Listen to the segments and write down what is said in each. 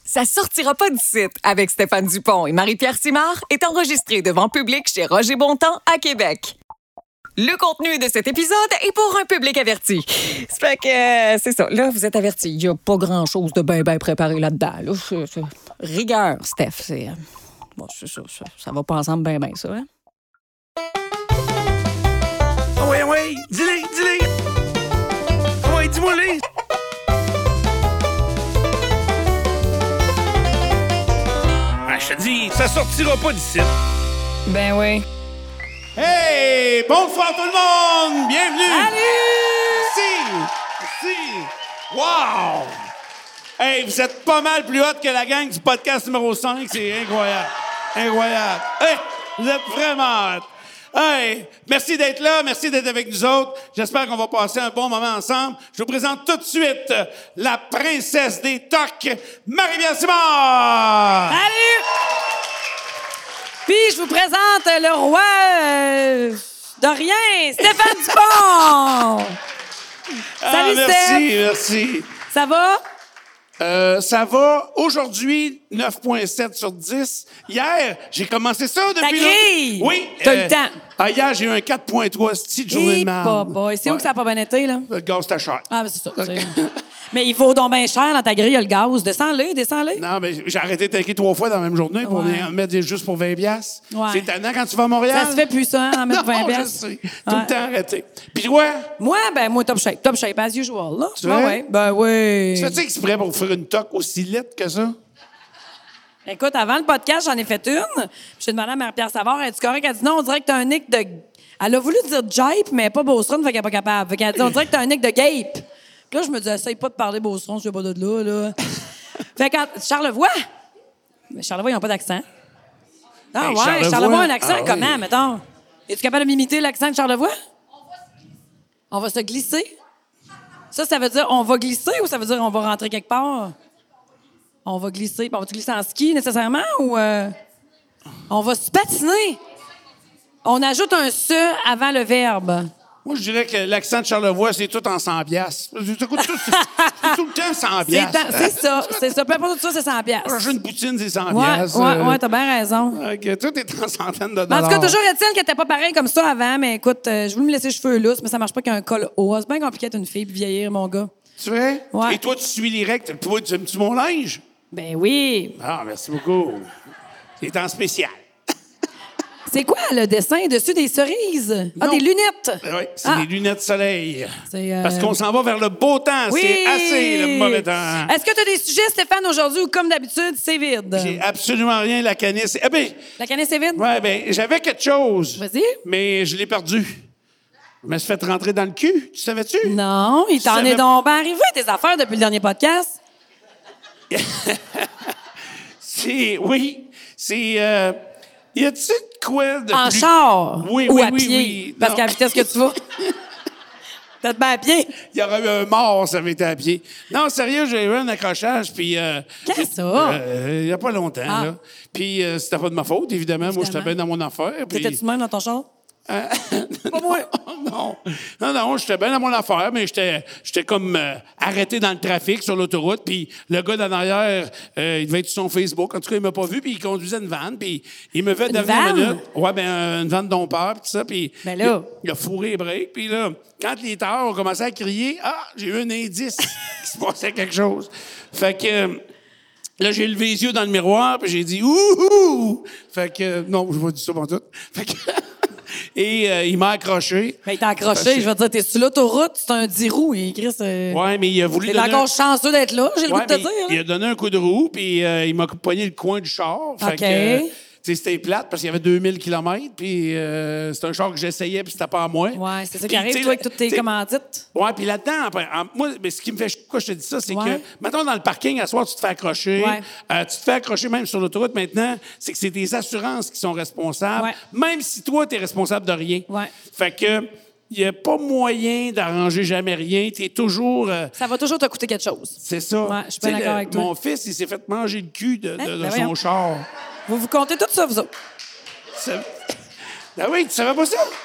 Ça sortira pas du site avec Stéphane Dupont et Marie-Pierre Simard est enregistré devant public chez Roger Bontemps à Québec. Le contenu de cet épisode est pour un public averti. Ça fait que, c'est ça. Là, vous êtes avertis. Il n'y a pas grand-chose de bien préparé là-dedans. Là. C'est rigueur, Steph. Bon, c'est ça. Ça va pas ensemble bien, ça. Hein? Oui, dis-les. Oui, dis-moi-les. Je te dis, ça sortira pas d'ici. Ben oui. Hey! Bonsoir tout le monde! Bienvenue! Salut! Merci! Wow! Hey, vous êtes pas mal plus hot que la gang du podcast numéro 5. C'est incroyable. Incroyable. Hey! Vous êtes vraiment hot. Hey! Merci d'être là. Merci d'être avec nous autres. J'espère qu'on va passer un bon moment ensemble. Je vous présente tout de suite la princesse des tocs, Marie-Pierre Simard! Salut! Puis, je vous présente le roi de rien, Stéphane Dupont! Salut, Merci. Ça va? Ça va. Aujourd'hui, 9,7 sur 10. Hier, j'ai commencé ça depuis... Ta grille! Oui. T'as le temps. Hier, j'ai eu un 4,3. C'est une journée de merde. C'est où que ça n'a pas bien été, là? Le gaz, c'était cher. Ah, ben c'est ça. Mais il faut donc bien cher dans ta grille, le gaz. Descends-le. Non, mais j'ai arrêté de tanker 3 fois dans la même journée pour venir mettre juste pour 20$. Ouais. C'est tannant quand tu vas à Montréal. Ça se fait plus, ça, hein, en mettre 20$. Non, je sais. Tout le temps arrêté. Puis toi? Moi, top shape. Top shape, as usual, là. Tu vois? Ben oui. Tu fais-tu exprès pour faire une toque aussi laide que ça? Écoute, avant le podcast, j'en ai fait une. Puis j'ai demandé à Marie-Pierre Savard, es-tu correct? Elle dit non, on dirait que t'as un nick de... Elle a voulu dire jape, mais pas Beauceron, fait qu'elle n'est pas capable. Fait qu'elle dit, on dirait que t'as un nick de gape. Puis là, je me dis, essaye pas de parler Beauceron, je suis pas de là. Fait que Charlevoix. Mais Charlevoix, ils n'ont pas d'accent. Ah ouais, Charlevoix a un accent comment, mettons? Es-tu capable de m'imiter l'accent de Charlevoix? On va se glisser. Ça veut dire on va glisser ou ça veut dire on va rentrer quelque part? On va glisser. On va-tu glisser en ski nécessairement ou on va se patiner? On ajoute un « se » avant le verbe. Moi, je dirais que l'accent de Charlevoix, c'est tout en 100$. Ça coûte tout le temps 100$. C'est ça. Peu importe tout ça, c'est 100$. J'ai une poutine, c'est 100$. Ouais, t'as bien raison. Tout est en centaines de En dollars. tout cas, toujours est-il qu'elle n'était pas pareil comme ça avant, mais écoute, je voulais me laisser les cheveux lousses, mais ça marche pas qu'un col haut. C'est bien compliqué d'être une fille puis vieillir, mon gars. Tu vois? Ouais. Et toi, tu suis les règles. Toi, tu aimes-tu mon linge? Ben oui. Ah, merci beaucoup. C'est en spécial. C'est quoi le dessin dessus des cerises? Ah, Non. des lunettes. Oui, c'est des lunettes soleil. C'est, Parce qu'on s'en va vers le beau temps. Oui. C'est assez le mauvais temps. Est-ce que tu as des sujets, Stéphane, aujourd'hui, ou comme d'habitude, c'est vide? J'ai absolument rien, la canisse. Eh bien, La canette, c'est vide? j'avais quelque chose. Vas-y. Mais je l'ai perdu. Je me suis fait rentrer dans le cul. Tu savais-tu? Non, il t'en est donc bien arrivé, tes affaires, depuis le dernier podcast. C'est... y a-tu de quoi de En plus... char? Oui, ou oui, à oui, pied? oui. Parce Non. qu'à la vitesse que tu vas. Peut-être bien à pied. Il y aurait eu un mort, ça avait été à pied. Non, sérieux, j'ai eu un accrochage, puis... Qu'est-ce que ça? Il n'y a pas longtemps, Ah. là. Puis c'était pas de ma faute, évidemment. Moi, j'étais bien dans mon affaire. Puis... T'étais-tu de même dans ton char? Pas moi. Non, j'étais bien dans mon affaire, mais j'étais comme arrêté dans le trafic sur l'autoroute, puis le gars d'en arrière, il devait être sur son Facebook. En tout cas, il m'a pas vu, puis il conduisait une vanne, puis il me fait dernière vanne? minute. Ouais, une vanne dompeur, puis tout ça, puis Ben là. il a fourré les breaks, puis là, quand les tailleurs ont commencé à crier, j'ai eu un indice qu'il se passait quelque chose. Fait que... Là, j'ai levé les yeux dans le miroir, puis j'ai dit « Ouhou! » Fait que... non, je vais dire ça pour tout. Fait que... Et il m'a accroché. Ben, il t'a accroché. Je vais te dire, t'es sur l'autoroute, c'est un 10 roues. Et Chris, Ouais, mais il a voulu t'es donner... encore chanceux d'être là, j'ai le goût de te mais dire. il là. a donné un coup de roue, puis il m'a pogné le coin du char. Fait OK. que, tu sais, c'était plate parce qu'il y avait 2000 km, puis c'est un char que j'essayais, puis c'était pas à moi. Ouais, c'est ça qui Puis, arrive, tu sais, toi, avec toutes tes tu sais, commandites. Ouais, puis là-dedans, moi, mais ce qui me fait... Pourquoi je te dis ça, c'est Ouais. que, mettons, dans le parking, à soir, tu te fais accrocher. Ouais. Tu te fais accrocher même sur l'autoroute maintenant, c'est que c'est tes assurances qui sont responsables, Ouais. même si toi, tu es responsable de rien. Ouais. Fait que, il n'y a pas moyen d'arranger jamais rien. Tu es toujours... Ça va toujours te coûter quelque chose. c'est ça. Ouais, je suis bien Tu sais, d'accord avec toi. Mon fils, il s'est fait manger le cul de Ben son voyons. char. Vous comptez tout ça, vous autres? Ah oui, tu savais pas ça?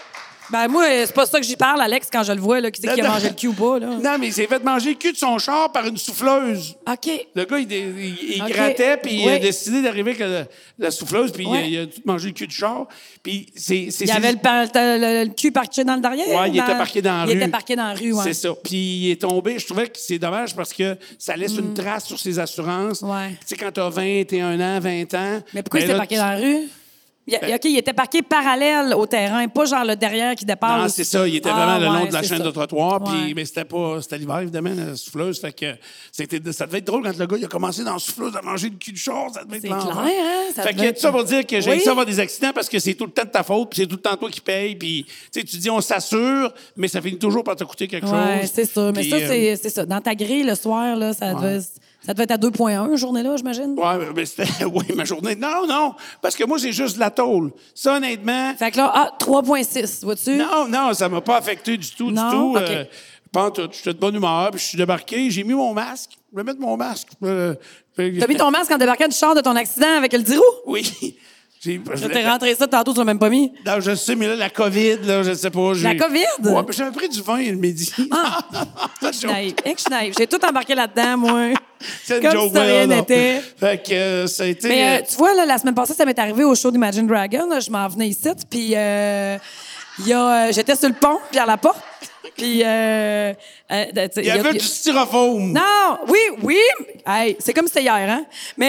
Ben moi, c'est pas ça que j'y parle, Alex, quand je le vois, là, qui c'est qui a mangé le cul ou pas, là. Non, mais il s'est fait manger le cul de son char par une souffleuse. OK. Le gars, il OK. grattait, puis il a Oui. décidé d'arriver avec la souffleuse, puis Ouais. il a tout mangé le cul du char. Puis Il y avait le cul parqué dans le derrière? Ouais, il était parqué dans la rue. Il était parqué dans la rue, ouais. C'est ça. Puis il est tombé. Je trouvais que c'est dommage parce que ça laisse une trace sur ses assurances. Ouais. Tu sais, quand t'as 21 ans, 20 ans... Mais pourquoi il ben était là, parqué dans la rue? OK, il était parqué parallèle au terrain, pas genre le derrière qui dépasse. Non, c'est ça. Il était vraiment le long ouais, de la c'est chaîne ça. de trottoir. Ouais. Puis, mais c'était l'hiver, évidemment, la souffleuse. Fait que ça devait être drôle quand le gars il a commencé dans la souffleuse à manger le cul du char. Ça devait être C'est l'enfer. clair, hein? Ça Fait devait que tout ça pour dire que j'ai Oui. ça avoir des accidents parce que c'est tout le temps de ta faute, puis c'est tout le temps toi qui paye. Puis, tu sais, tu dis on s'assure, mais ça finit toujours par te coûter quelque Ouais, chose. c'est ça. Mais Puis, ça, c'est ça. Dans ta grille, le soir, là, ça devait être à 2,1 journée-là, j'imagine. Ouais, mais c'était. Oui, ma journée. Non, parce que moi, j'ai juste de la tôle. Ça, honnêtement. Fait que là, 3,6, vois-tu? Non, ça m'a pas affecté du tout, Non? du tout. OK. Pas en tout. J'étais de bonne humeur, puis je suis débarqué. J'ai mis mon masque. Je vais mettre mon masque. T'as mis ton masque en débarquant du char de ton accident avec le 10 roues? Oui. Je t'ai rentré ça tantôt, tu l'as même pas mis. Non, je sais, mais là, la COVID, là, je sais pas. La COVID? Ouais, mais j'avais pris du vin le midi. Je suis naïve. Je suis naïve. J'ai tout embarqué là-dedans, moi. C'est une Comme joke, si de rien là. n'était. Fait que ça a été. Mais tu vois, là, la semaine passée, ça m'est arrivé au show d'Imagine Dragon. Là, je m'en venais ici, puis j'étais sur le pont, puis à la porte. Puis, il y avait du styrofoam. Non, oui. Hey, c'est comme c'était hier, hein? Mais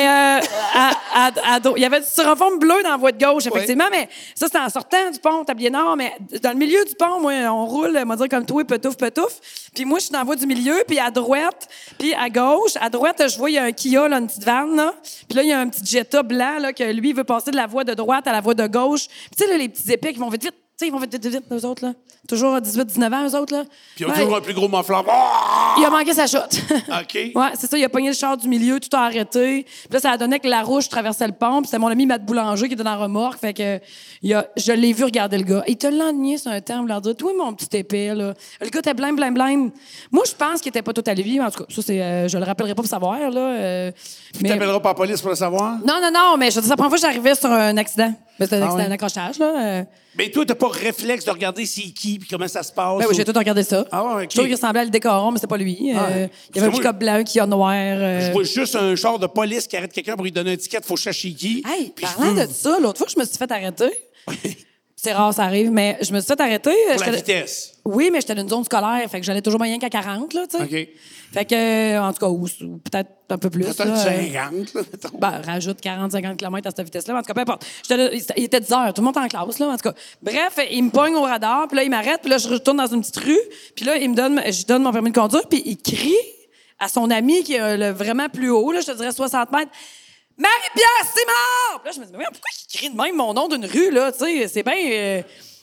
il y avait du styrofoam bleu dans la voie de gauche, effectivement. Mais ça, c'était en sortant du pont, tablier nord. Mais dans le milieu du pont, moi, on roule, on va dire comme toi, petouf. Puis moi, je suis dans la voie du milieu, puis à droite, puis à gauche. À droite, je vois, il y a un Kia, là, une petite vanne, là. Puis là, il y a un petit Jetta blanc, là, que lui, il veut passer de la voie de droite à la voie de gauche. Puis tu sais, là, les petits épées qui vont vite. Tu sais, ils vont vite, eux autres, là. Toujours à 18, 19 ans, eux autres, là. Puis ils ont toujours un plus gros muffler. Ah! Il a manqué sa shot. OK. Ouais, c'est ça. Il a pogné le char du milieu, tout a arrêté. Puis là, ça a donné que la rouge traversait le pont. Puis c'était mon ami Matt Boulanger qui était dans la remorque. Fait que je l'ai vu regarder le gars. Il te l'a enligné sur un temps, leur dire, toi, mon petit épée, là. Le gars était blême. Moi, je pense qu'il était pas tout à lui. En tout cas, ça, c'est, je le rappellerai pas pour savoir, là. Tu t'appelleras pas la police pour le savoir? Non, mais je dis, c'est la première fois que j'arrivais sur un accident. Ben, c'était un accident ouais. d'accrochage, là. Mais toi, t'as pas réflexe de regarder c'est qui puis comment ça se passe. Ben oui, j'ai tout regardé ça. Ah ouais, OK. Je trouve qu'il ressemblait à le décoron, mais c'était pas lui. Il y avait un moi, pick-up blanc qui a noir. Je vois juste un char de police qui arrête quelqu'un pour lui donner un ticket, faut chercher qui. Hey, Puis parlant de ça, l'autre fois que je me suis fait arrêter, c'est rare, ça arrive, mais je me suis fait arrêter. pour la vitesse. Oui, mais j'étais dans une zone scolaire, fait que j'allais toujours moyen qu'à 40, là, tu sais. OK. Fait que, en tout cas, ou peut-être un peu plus. Peut-être là, 50, là, mettons. ben, rajoute 40-50 km à cette vitesse-là. En tout cas, peu importe. Il était 10 heures, tout le monde en classe, là. En tout cas, bref, il me pogne au radar, puis là, il m'arrête, puis là, je retourne dans une petite rue, puis là, je donne mon permis de conduire, puis il crie à son ami qui est vraiment plus haut, là, je te dirais 60 mètres. Marie-Pierre Simard! Puis là, je me dis, mais pourquoi il crie de même mon nom d'une rue, là? Tu sais, c'est bien.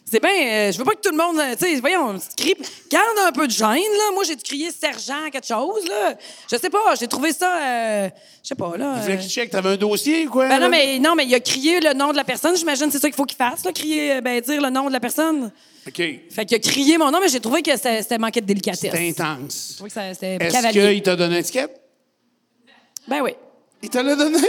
Je veux pas que tout le monde. Tu sais, voyons, crie. Garde un peu de gêne, là. Moi, j'ai dû crier sergent, quelque chose, là. Je sais pas, j'ai trouvé ça. Je sais pas, là. Tu voulais qu'il check, t'avais un dossier, quoi? Ben là? non, mais il a crié le nom de la personne. J'imagine que c'est ça qu'il faut qu'il fasse, là. Crier, dire le nom de la personne. OK. Fait qu'il a crié mon nom, mais j'ai trouvé que c'était manqué de délicatesse. C'est intense. J'ai trouvé que c'était Est-ce cavalier. qu'il t'a donné un ticket? Ben oui. Il te l'a donné?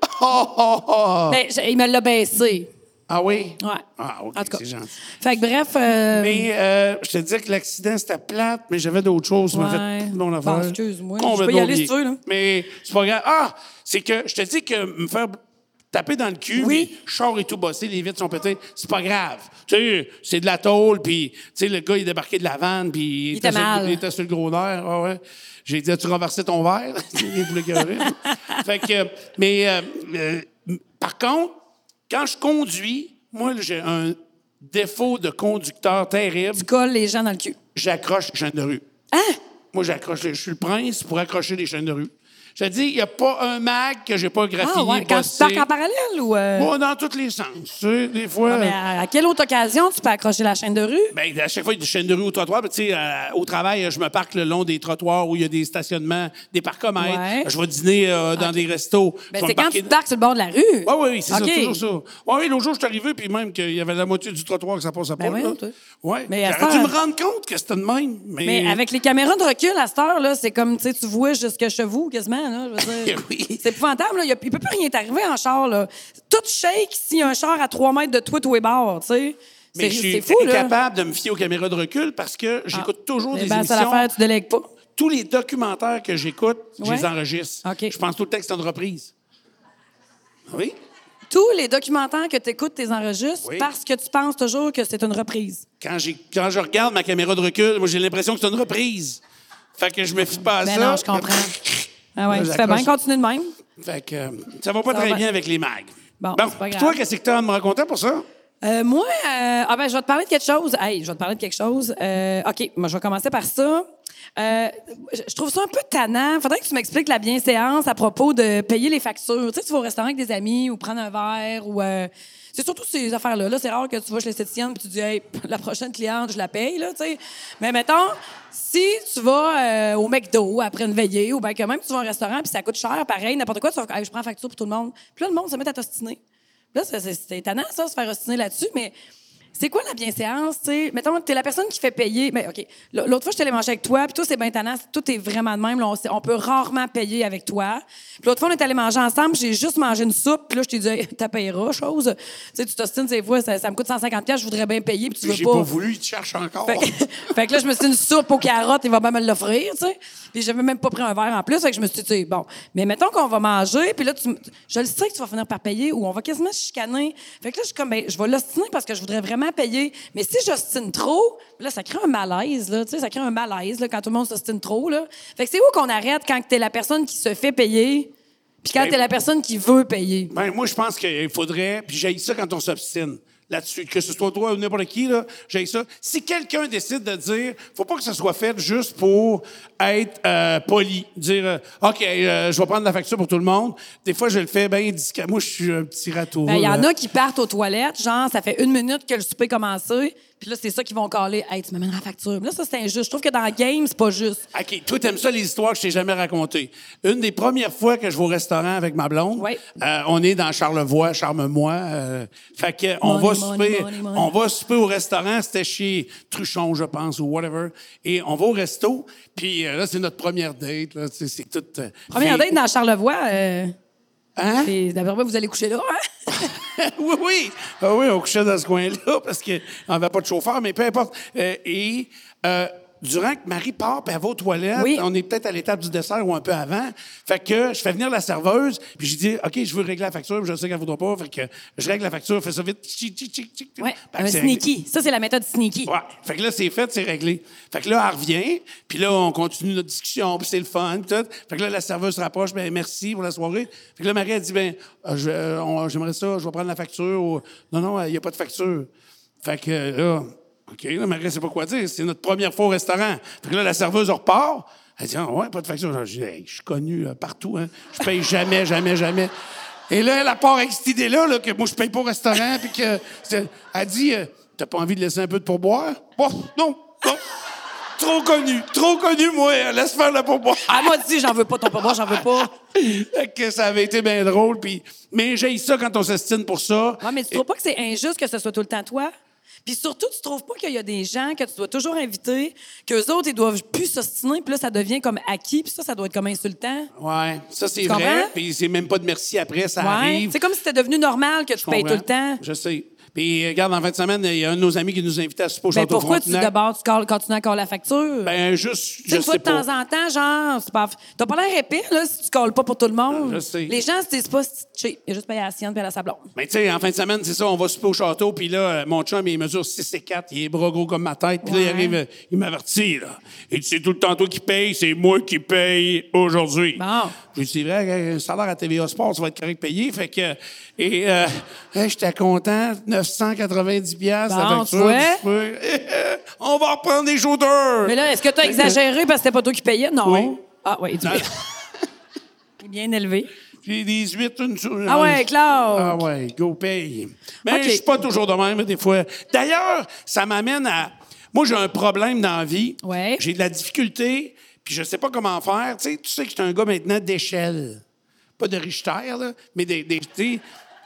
Oh! Ben, il me l'a baissé. Ah oui? Ouais. Ah, OK, En tout cas. c'est gentil. Fait que bref. Mais je te disais que l'accident, c'était plate, mais j'avais d'autres choses qui m'ont Ouais. fait mon affaire. Bon, excuse-moi. Complètement Je peux y aller oublié. si tu veux, là. Mais c'est pas grave. Ah! C'est que je te dis que me faire taper dans le cul, Oui. puis char est tout bossé, les vitres sont pétées, c'est pas grave. Tu sais, c'est de la tôle, puis tu sais, le gars, il est débarqué de la vanne, puis Il était mal. Il était sur le gros nerf. Ah ouais. J'ai dit, as-tu renversé ton verre? Il voulait gueuler. Fait que, mais par contre, quand je conduis, moi, j'ai un défaut de conducteur terrible. Tu colles les gens dans le cul. J'accroche les chaînes de rue. Hein? Moi, je suis le prince pour accrocher les chaînes de rue. Je te dis, il n'y a pas un mag que j'ai pas graffiné, Ah, ouais. Quand tu bossé. parques en parallèle ou. Moi, dans tous les sens. Tu sais, des fois... Ah, mais à quelle autre occasion tu peux accrocher la chaîne de rue? Ben, à chaque fois, il y a des chaînes de rue au trottoir. Tu sais, au travail, je me parque le long des trottoirs où il y a des stationnements, des parcomètres. Ouais. Je vais dîner dans des restos. Ben, Je vais c'est me quand parquer- tu te parques sur le bord de la rue. Oui, c'est OK. ça, toujours ça. Oui, l'autre jour, je suis arrivé, puis même qu'il y avait la moitié du trottoir que ça passait pas. Ben là. oui, toi. Ouais. Mais à J'aurais cette dû heure- me rendre compte que c'était de même. Mais avec les caméras de recul à cette heure, là, c'est comme, tu sais, tu vois jusque chez vous, quasiment, là. Je veux dire. Oui. C'est épouvantable, là. Il peut plus rien t'arriver en char, là. Tout shake s'il y a un char à 3 mètres de toi, tous les bords, tu sais. Mais je suis c'est fou, là. incapable de me fier aux caméras de recul parce que j'écoute toujours des Ben, c'est émissions. l'affaire, tu délègues pas. Tous les documentaires que j'écoute, je Ouais. les enregistre. OK. Je pense tout le temps que c'est une reprise. Oui? Tous les documentaires que tu écoutes, tu les enregistres Oui. parce que tu penses toujours que c'est une reprise. Quand je regarde ma caméra de recul, moi, j'ai l'impression que c'est une reprise. Fait que je me fie pas à Ben ça. non, je comprends. Ah ouais, Là, tu fais bien, continue de même. Fait que ça va pas Ça très va bien bien. avec les mags. Bon, c'est pas grave. Toi, qu'est-ce que tu as à me raconter pour ça? Moi, je vais te parler de quelque chose. Hey, je vais te parler de quelque chose. OK, moi, je vais commencer par ça. Je trouve ça un peu tannant. Faudrait que tu m'expliques la bienséance à propos de payer les factures. Tu sais, tu vas au restaurant avec des amis ou prendre un verre ou... c'est surtout ces affaires-là. Là, c'est rare que tu vas chez l'esthéticienne puis tu dis, hey, la prochaine cliente, je la paye, là, tu sais. Mais mettons, si tu vas au McDo après une veillée ou bien que même tu vas au restaurant puis ça coûte cher, pareil, n'importe quoi, tu vas, hey, je prends la facture pour tout le monde. Puis là, le monde se met à t'ostiner. Là, c'est étonnant, ça, se faire ostiner là-dessus, mais c'est quoi la bienséance, tu sais? Mettons, t'es la personne qui fait payer. Mais OK, l'autre fois, je suis allée manger avec toi, puis toi, c'est bien tannant. Tout est vraiment de même. Là, on peut rarement payer avec toi. Puis l'autre fois, on est allé manger ensemble, j'ai juste mangé une soupe, puis là, je t'ai dit, hey, t'as payeras, chose. Tu sais, tu t'ostines, ces fois, ça me coûte 150$, je voudrais bien payer, puis tu veux J'ai pas. pas voulu, il te cherche encore. Fait que là, je me suis dit, une soupe aux carottes, il va bien me l'offrir, tu sais. Puis j'avais même pas pris un verre en plus, fait que je me suis dit, tu sais, bon. Mais mettons qu'on va manger, puis là, je le sais que tu vas finir par payer ou on va quasiment se chicaner. Fait que là, je suis comme, ben, je vais l'ostiner parce que je voudrais vraiment payer. Mais si j'ostine trop, là, ça crée un malaise, là, tu sais, ça crée un malaise, là, quand tout le monde s'ostine trop, là. Fait que c'est où qu'on arrête quand t'es la personne qui se fait payer, puis quand t'es la personne qui veut payer? Ben, moi, je pense qu'il faudrait, puis j'ai ça quand on s'obstine là-dessus, que ce soit toi ou n'importe qui, là, j'ai ça. Si quelqu'un décide de dire, faut pas que ça soit fait juste pour être poli, dire, OK, je vais prendre la facture pour tout le monde. Des fois, je le fais bien discret. Moi, je suis un petit ratoureux. Ben, il y en là. a qui partent aux toilettes, genre, ça fait 1 minute que le souper a commencé, puis là, c'est ça qu'ils vont caler. Hey, tu me mènes la facture. Là, ça, c'est injuste. Je trouve que dans le game, c'est pas juste. OK, toi, t'aimes ça, les histoires que je t'ai jamais racontées. Une des premières fois que je vais au restaurant avec ma blonde, Oui. on est dans Charlevoix, Charme-moi. Fait que on va souper, money. on va souper au restaurant. C'était chez Truchon, je pense, ou whatever. Et on va au resto. Puis là, c'est notre première date. Là, c'est tout. Première date dans Charlevoix, Hein? d'après moi, vous allez coucher là, hein? Oui, oui. Ah oui, on couchait dans ce coin-là parce qu'on n'avait pas de chauffeur, mais peu importe. Durant que Marie part et elle va aux toilettes, Oui. on est peut-être à l'étape du dessert ou un peu avant. Fait que je fais venir la serveuse, puis je dis, OK, je veux régler la facture, je sais qu'elle ne voudra pas. Fait que je règle la facture, fais ça vite. Tchic, tchic, tchic, tchic. Ouais, Fait que un c'est sneaky. Ça, c'est la méthode sneaky. Ouais. Fait que là, c'est fait, c'est réglé. Fait que là, elle revient, puis là, on continue notre discussion, puis c'est le fun, puis tout. Fait que là, la serveuse se rapproche, ben merci pour la soirée. Fait que là, Marie, elle dit, ben, j'aimerais ça, je vais prendre la facture. Non, il n'y a pas de facture. Fait que là, OK, là, Marie, c'est pas quoi dire. C'est notre première fois au restaurant. Fait que là, la serveuse repart. Elle dit, ah, ouais, pas de facture. Je dis, hey, je suis connu partout, hein. Je paye jamais, jamais, jamais. Et là, elle part avec cette idée-là, là, que moi, je paye pas au restaurant, puis que. Elle dit, t'as pas envie de laisser un peu de pourboire? Bon, non. Trop connu, moi. Laisse faire le pourboire. Ah, moi, dis, j'en veux pas ton pourboire, j'en veux pas. Fait que ça avait été bien drôle, puis. Mais j'ai ça quand on s'estime pour ça. Ouais, mais tu trouves pas que c'est injuste que ce soit tout le temps toi? Puis surtout, tu trouves pas qu'il y a des gens que tu dois toujours inviter, qu'eux autres, ils doivent plus s'ostiner, puis là, ça devient comme acquis, puis ça doit être comme insultant. Ouais, ça, c'est Tu vrai. comprends? Puis c'est même pas de merci après, ça Ouais. arrive. C'est comme si c'était devenu normal que tu payes tout le temps. Je sais. Puis, regarde, en fin de semaine, il y a un de nos amis qui nous invitait à souper au Ben Château pourquoi Frontenac. tu continues à coller la facture? Ben, juste, Tu sais, je une fois sais de temps pas. en temps, genre, c'est pas... T'as pas l'air épais, là, si tu colles pas pour tout le monde. Je sais. Les gens se disent pas, c'est cheap. Il y a juste payé à la sienne puis à la sablon. Mais tu sais, en fin de semaine, c'est ça, on va souper au château, puis là, mon chum, il mesure 6 et 4, il est bras gros comme ma tête, puis là, il Ouais. arrive, il m'avertit, là. Et c'est tout le temps toi qui paye, c'est moi qui paye aujourd'hui. Bon. Je lui dis, c'est vrai, un salaire à TVA Sport, ça va être correct payé, fait que... j'étais content, 990 piastres, la Bon, facture. tu vois? du souper. On va reprendre des shooters! Mais là, est-ce que t'as exagéré parce que c'était pas toi qui payais? Non. Oui. Ah, oui, tu Il est bien élevé. J'ai des huîtres, Ah ouais, Claude. Ah ouais, go paye. Mais OK. je suis pas toujours de même, des fois. D'ailleurs, ça m'amène à... Moi, j'ai un problème dans la vie. Ouais. J'ai de la difficulté, puis je sais pas comment faire. Tu sais que je suis un gars maintenant d'échelle. Pas de Richter, là, mais des tu sais,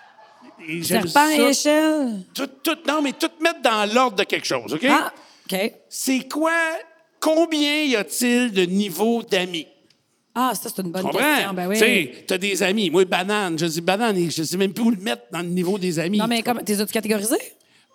et j'aime Serpent ça. et échelle. Non, mais tout mettre dans l'ordre de quelque chose, OK? Ah, OK. C'est quoi... Combien y a-t-il de niveaux d'amis? Ah, ça, c'est une bonne Comprends? question. Ben oui. Tu sais, t'as des amis. Moi, banane, je dis banane, je sais même plus où le mettre dans le niveau des amis. Non, mais comme, t'es as-tu catégorisé?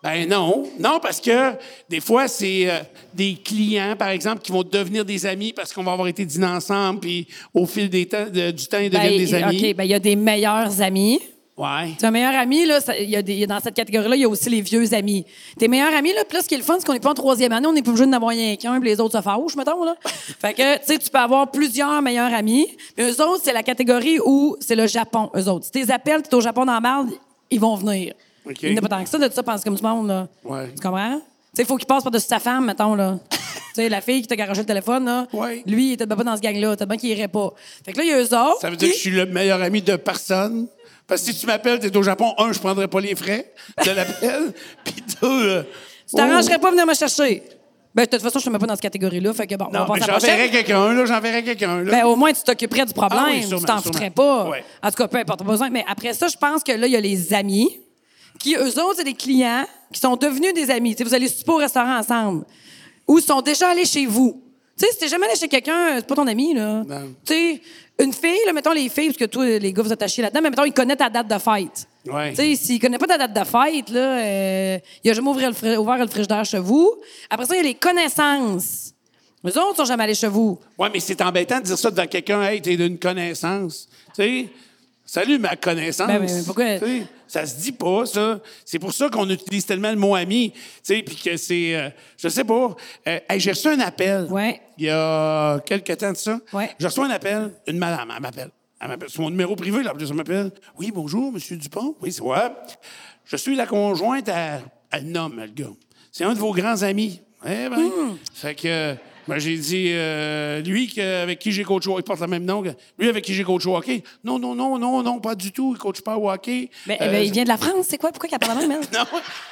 Ben non. Non, parce que des fois, c'est des clients, par exemple, qui vont devenir des amis parce qu'on va avoir été dîner ensemble, puis au fil du temps, ils deviennent des amis. OK, ben il y a des meilleurs amis. Ouais. Tu as un meilleur ami, là, dans cette catégorie-là, il y a aussi les vieux amis. Tes meilleurs amis, là, puis là, ce qui est le fun, c'est qu'on n'est pas en troisième année, on n'est pas obligé d'en avoir rien qu'un, puis les autres se fâchent, mettons, là. Fait que, tu sais, tu peux avoir plusieurs meilleurs amis. Puis eux autres, c'est la catégorie où c'est le Japon, eux autres. Si tu les appelles, tu es au Japon dans la merde, ils vont venir. OK. Il n'y en a pas tant que ça, de ça, pense comme tout le monde, là. Ouais. Tu comprends? Tu sais, il faut qu'il passe par-dessus sa femme, mettons, là. Tu sais, la fille qui t'a garoché le téléphone, là. Ouais. Lui, il était pas dans ce gang-là. T'as bien qu'il irait pas. Fait que là, il y a eux autres. Ça veut dire que je suis le meilleur ami de personne. Parce que si tu m'appelles, tu es au Japon, je prendrais pas les frais de l'appel. Puis deux... Tu t'arrangerais pas à venir me chercher. Ben, de toute façon, je te mets pas dans cette catégorie-là. Fait que bon, on Non, va mais passer à la prochaine. j'enverrais quelqu'un, là. Ben, au moins, tu t'occuperais du problème. Ah oui, sûrement, tu t'en sûrement. foutrais pas. Ouais. En tout cas, peu importe, pas besoin. Mais après ça, je pense que là, il y a les amis, qui, eux autres, c'est des clients qui sont devenus des amis. Tu sais, vous allez souper au restaurant ensemble. Ou ils sont déjà allés chez vous. Tu sais, si t'es jamais allé chez quelqu'un, c'est pas ton ami, là. Non. Tu sais, une fille, là, mettons les filles, parce que toi, les gars, vous êtes attachés là-dedans, mais mettons, ils connaissent ta date de fête. Ouais. Tu sais, s'il connaît pas ta date de fête, là, il a jamais ouvert le frigidaire chez vous. Après ça, il y a les connaissances. Les autres sont jamais allés chez vous. Oui, mais c'est embêtant de dire ça devant quelqu'un. Hey, t'es d'une connaissance. Tu sais, salut ma connaissance. Ben, mais pourquoi? Tu sais, ça se dit pas, ça. C'est pour ça qu'on utilise tellement le mot ami. Tu sais, puis que c'est. Je sais pas. Hey, j'ai reçu un appel. Ouais. Il y a quelques temps de ça. Ouais. J'ai reçu un appel. Une madame, elle m'appelle. C'est mon numéro privé, là. Elle m'appelle. Oui, bonjour, M. Dupont. Oui, c'est moi. Je suis la conjointe à. Elle nomme, le gars. C'est un de vos grands amis. Eh bien. Fait que. Ben, j'ai dit, lui avec qui j'ai coaché, il porte le même nom. Lui avec qui j'ai coaché au hockey. Non, pas du tout. Il ne coache pas au hockey. Mais il vient de la France, c'est quoi? Pourquoi il appelle la même, elle? Non.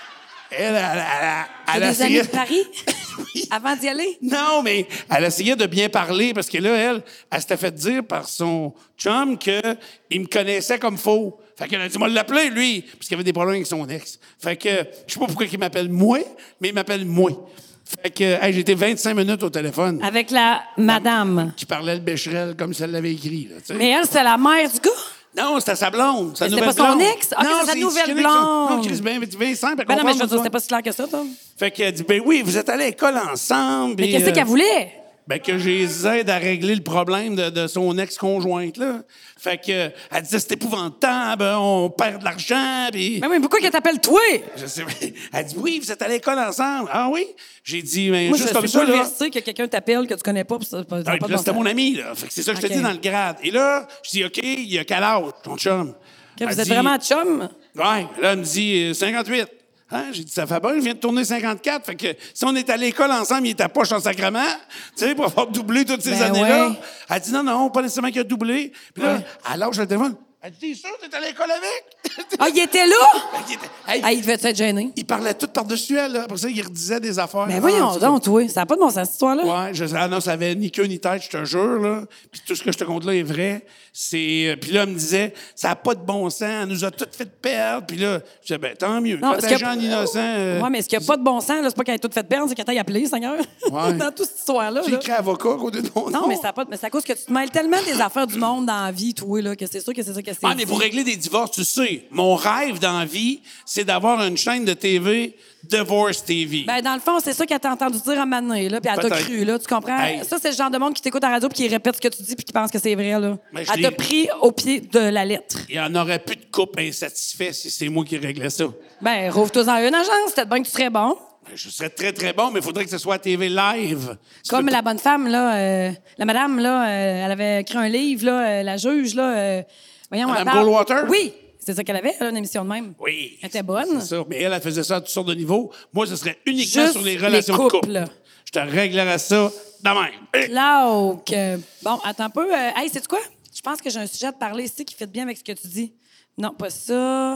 Elle T'as des amis essayé... de Paris? Avant d'y aller? Non, mais elle essayait de bien parler parce que là, elle s'était fait dire par son chum qu'il me connaissait comme faux. Fait qu'elle a dit, moi, l'appeler, lui, parce qu'il avait des problèmes avec son ex. Fait que, je sais pas pourquoi il m'appelle moi, mais il m'appelle moi. Fait que, hey, j'ai été 25 minutes au téléphone. Avec la madame. Qui parlait le Becherel comme si elle l'avait écrit. Là, tu sais. Mais elle, c'est la mère du gars? Non, c'était sa blonde. Sa C'était nouvelle pas son blonde. ex? Ah, c'est sa nouvelle blonde. Non, Chris, bien simple. Ben non, mais je veux dire, c'était pas si clair que ça, toi. Fait qu'elle dit, ben oui, vous êtes allés à l'école ensemble. Mais qu'est-ce qu'elle voulait? Ben que je les aide à régler le problème de son ex-conjointe, là. Fait que, elle disait, c'est épouvantable, on perd de l'argent, puis... Mais oui, pourquoi qu'elle t'appelle toi? Je sais, elle dit, oui, vous êtes à l'école ensemble. Ah oui? J'ai dit, mais Moi, juste je comme suis ça, là... bouleversée que quelqu'un t'appelle que tu connais pas, puis ça n'a pas Ah, de puis là, bon c'était sens. mon ami, là. Fait que c'est ça que je te OK. dis dans le grade. Et là, je dis, OK, il y a quel âge, ton chum? OK, Elle vous êtes dit, vraiment chum? Ouais. Là, elle me dit 58. Hein? J'ai dit, ça fait bien, je viens de tourner 54. Fait que si on est à l'école ensemble, il était à poche en sacrement, tu sais, pour avoir doublé toutes ces Ben années-là. ouais. Elle dit, non, pas nécessairement qu'il a doublé. Puis là, Ouais. elle lâche le téléphone. Elle dit, t'es sûr que t'es à l'école avec? Ah, il était là? Hey, Ah, il devait être gêné. il parlait tout par-dessus elle, là. Après ça, il redisait des affaires. Mais voyons donc, toi. Ça n'a pas de bon sens, cette histoire-là. Ouais, non, ça avait ni queue ni tête, je te jure, là. Puis tout ce que je te compte là est vrai. Puis là, elle me disait, ça n'a pas de bon sens, elle nous a tout fait perdre. Puis là, je disais, ben tant mieux. Quand t'es jeune innocent... Ouais, mais ce qui n'a pas de bon sens, là, c'est pas qu'elle ait tout fait perdre, c'est qu'elle t'aille appelé, Seigneur. Ouais. Dans toute cette histoire-là. J'ai là. écrit avocat au côté de mon nom. Non, mais c'est à cause que tu te mêles tellement des affaires du monde dans la vie, toi, là, que c'est sûr que c'est ça que c'est. Ah, mais pour régler des divorces, tu sais, mon rêve dans la vie, c'est d'avoir une chaîne de TV, Divorce TV. Ben, dans le fond, c'est ça qu'elle t'a entendu dire à un moment donné, là, puis elle t'a Peut-être. cru, là, tu comprends? Hey. Ça, c'est le genre de monde qui t'écoute à la radio puis qui répète ce que tu dis puis qui pense que c'est vrai, là. Ben, je Elle t'a l'ai- pris au pied de la lettre. Il y en aurait plus de couple insatisfait si c'est moi qui réglais ça. Ben, rouvre-toi-en une agence, peut-être bien que tu serais bon. Ben, je serais très, très bon, mais il faudrait que ce soit à TV live. Comme la bonne femme, là, la madame, là, elle avait écrit un livre, là, la juge, là, voyons, Madame attends. Goldwater? Oui, c'est ça qu'elle avait, elle, une émission de même. Oui. Elle était bonne. C'est ça. Mais elle faisait ça à toutes sortes de niveaux. Moi, ce serait uniquement Juste sur les relations les de couples. couple. Je te réglerais ça de même. Glauque. Bon, attends un peu. Hey, sais-tu quoi? Je pense que j'ai un sujet à te parler ici qui fait bien avec ce que tu dis. Non, pas ça.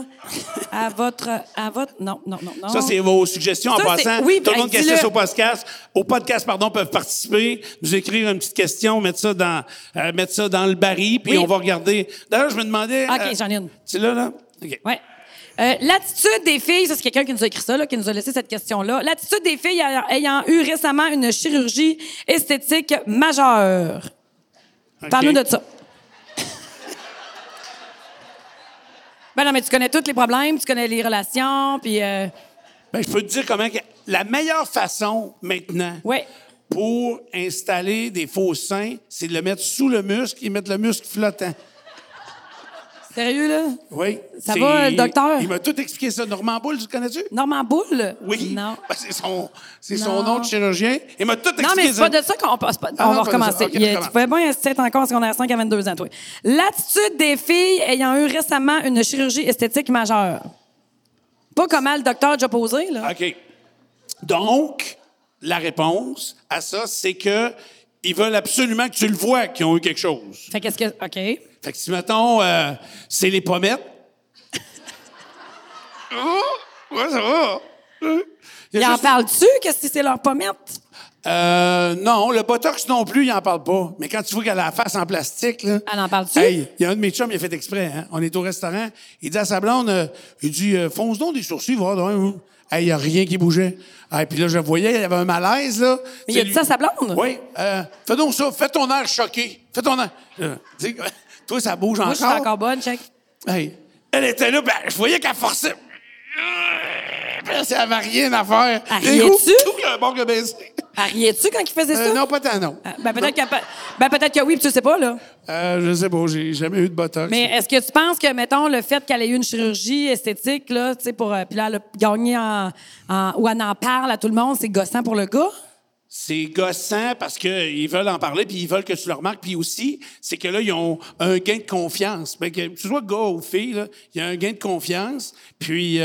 À votre... Non. Ça, c'est vos suggestions en Ça, c'est- passant. oui, Tout le ben, monde qui dis-le. assiste au podcast, peuvent participer, nous écrire une petite question, mettre ça dans le baril, puis Oui. on va regarder. D'ailleurs, je me demandais... OK, j'en ai une. C'est là? OK. Ouais. L'attitude des filles, ça, c'est quelqu'un qui nous a écrit ça, là, qui nous a laissé cette question-là. L'attitude des filles ayant eu récemment une chirurgie esthétique majeure. OK. Parle-nous de ça. Ben non, mais tu connais tous les problèmes, tu connais les relations, puis... Ben, je peux te dire comment... La meilleure façon, maintenant, Oui. pour installer des faux seins, c'est de le mettre sous le muscle et mettre le muscle flottant. Sérieux, là? Oui. Ça va, le docteur? Il m'a tout expliqué ça. Normand Boule, tu le connais-tu? Normand Boule? Oui. Non. Ben, c'est son nom de chirurgien. Il m'a tout expliqué Non, mais c'est pas de ça qu'on passe. On va recommencer. OK, Tu pouvais bien être encore à secondaire 5 à 22 ans, toi. L'attitude des filles ayant eu récemment une chirurgie esthétique majeure. Pas comment le docteur a déjà posé, là. OK. Donc, la réponse à ça, c'est que ils veulent absolument que tu le vois qu'ils ont eu quelque chose. Fait qu'est-ce que. OK. Fait que si, mettons, c'est les pommettes. Ouais, ça va. Ils en parlent-tu, que si c'est leur pommette? Non, le Botox non plus, il en parle pas. Mais quand tu vois qu'elle a la face en plastique, là. Elle en parle-tu? Hey, il y a un de mes chums, il a fait exprès, hein. On est au restaurant. Il dit à sa blonde, il dit, fonce donc des sourcils, va, donc. Hey, il y a rien qui bougeait. Hey, puis là, je voyais, il y avait un malaise, là. Mais il a dit ça à sa blonde? Oui. Fais donc ça, fais ton air choqué. Fais ton air. Tu sais, toi, ça bouge Moi, encore. je suis encore bonne, check. Hey, elle était là, ben, je voyais qu'elle forçait. Elle avait rien à faire. Elle riait-tu? Tout le bon que baissé. Elle riait-tu quand il faisait ça? Non, pas tant, non. Peut-être que oui, puis tu sais pas, là. Je sais pas, j'ai jamais eu de Botox. Mais est-ce que tu penses que, mettons, le fait qu'elle ait eu une chirurgie esthétique, là, tu sais, pour. Puis là, elle a gagné ou elle en parle à tout le monde, c'est gossant pour le gars? C'est gossant parce qu'ils veulent en parler, puis ils veulent que tu le remarques. Puis aussi, c'est que là, ils ont un gain de confiance. Ben, que tu sois gars ou fille, là, il y a un gain de confiance. Puis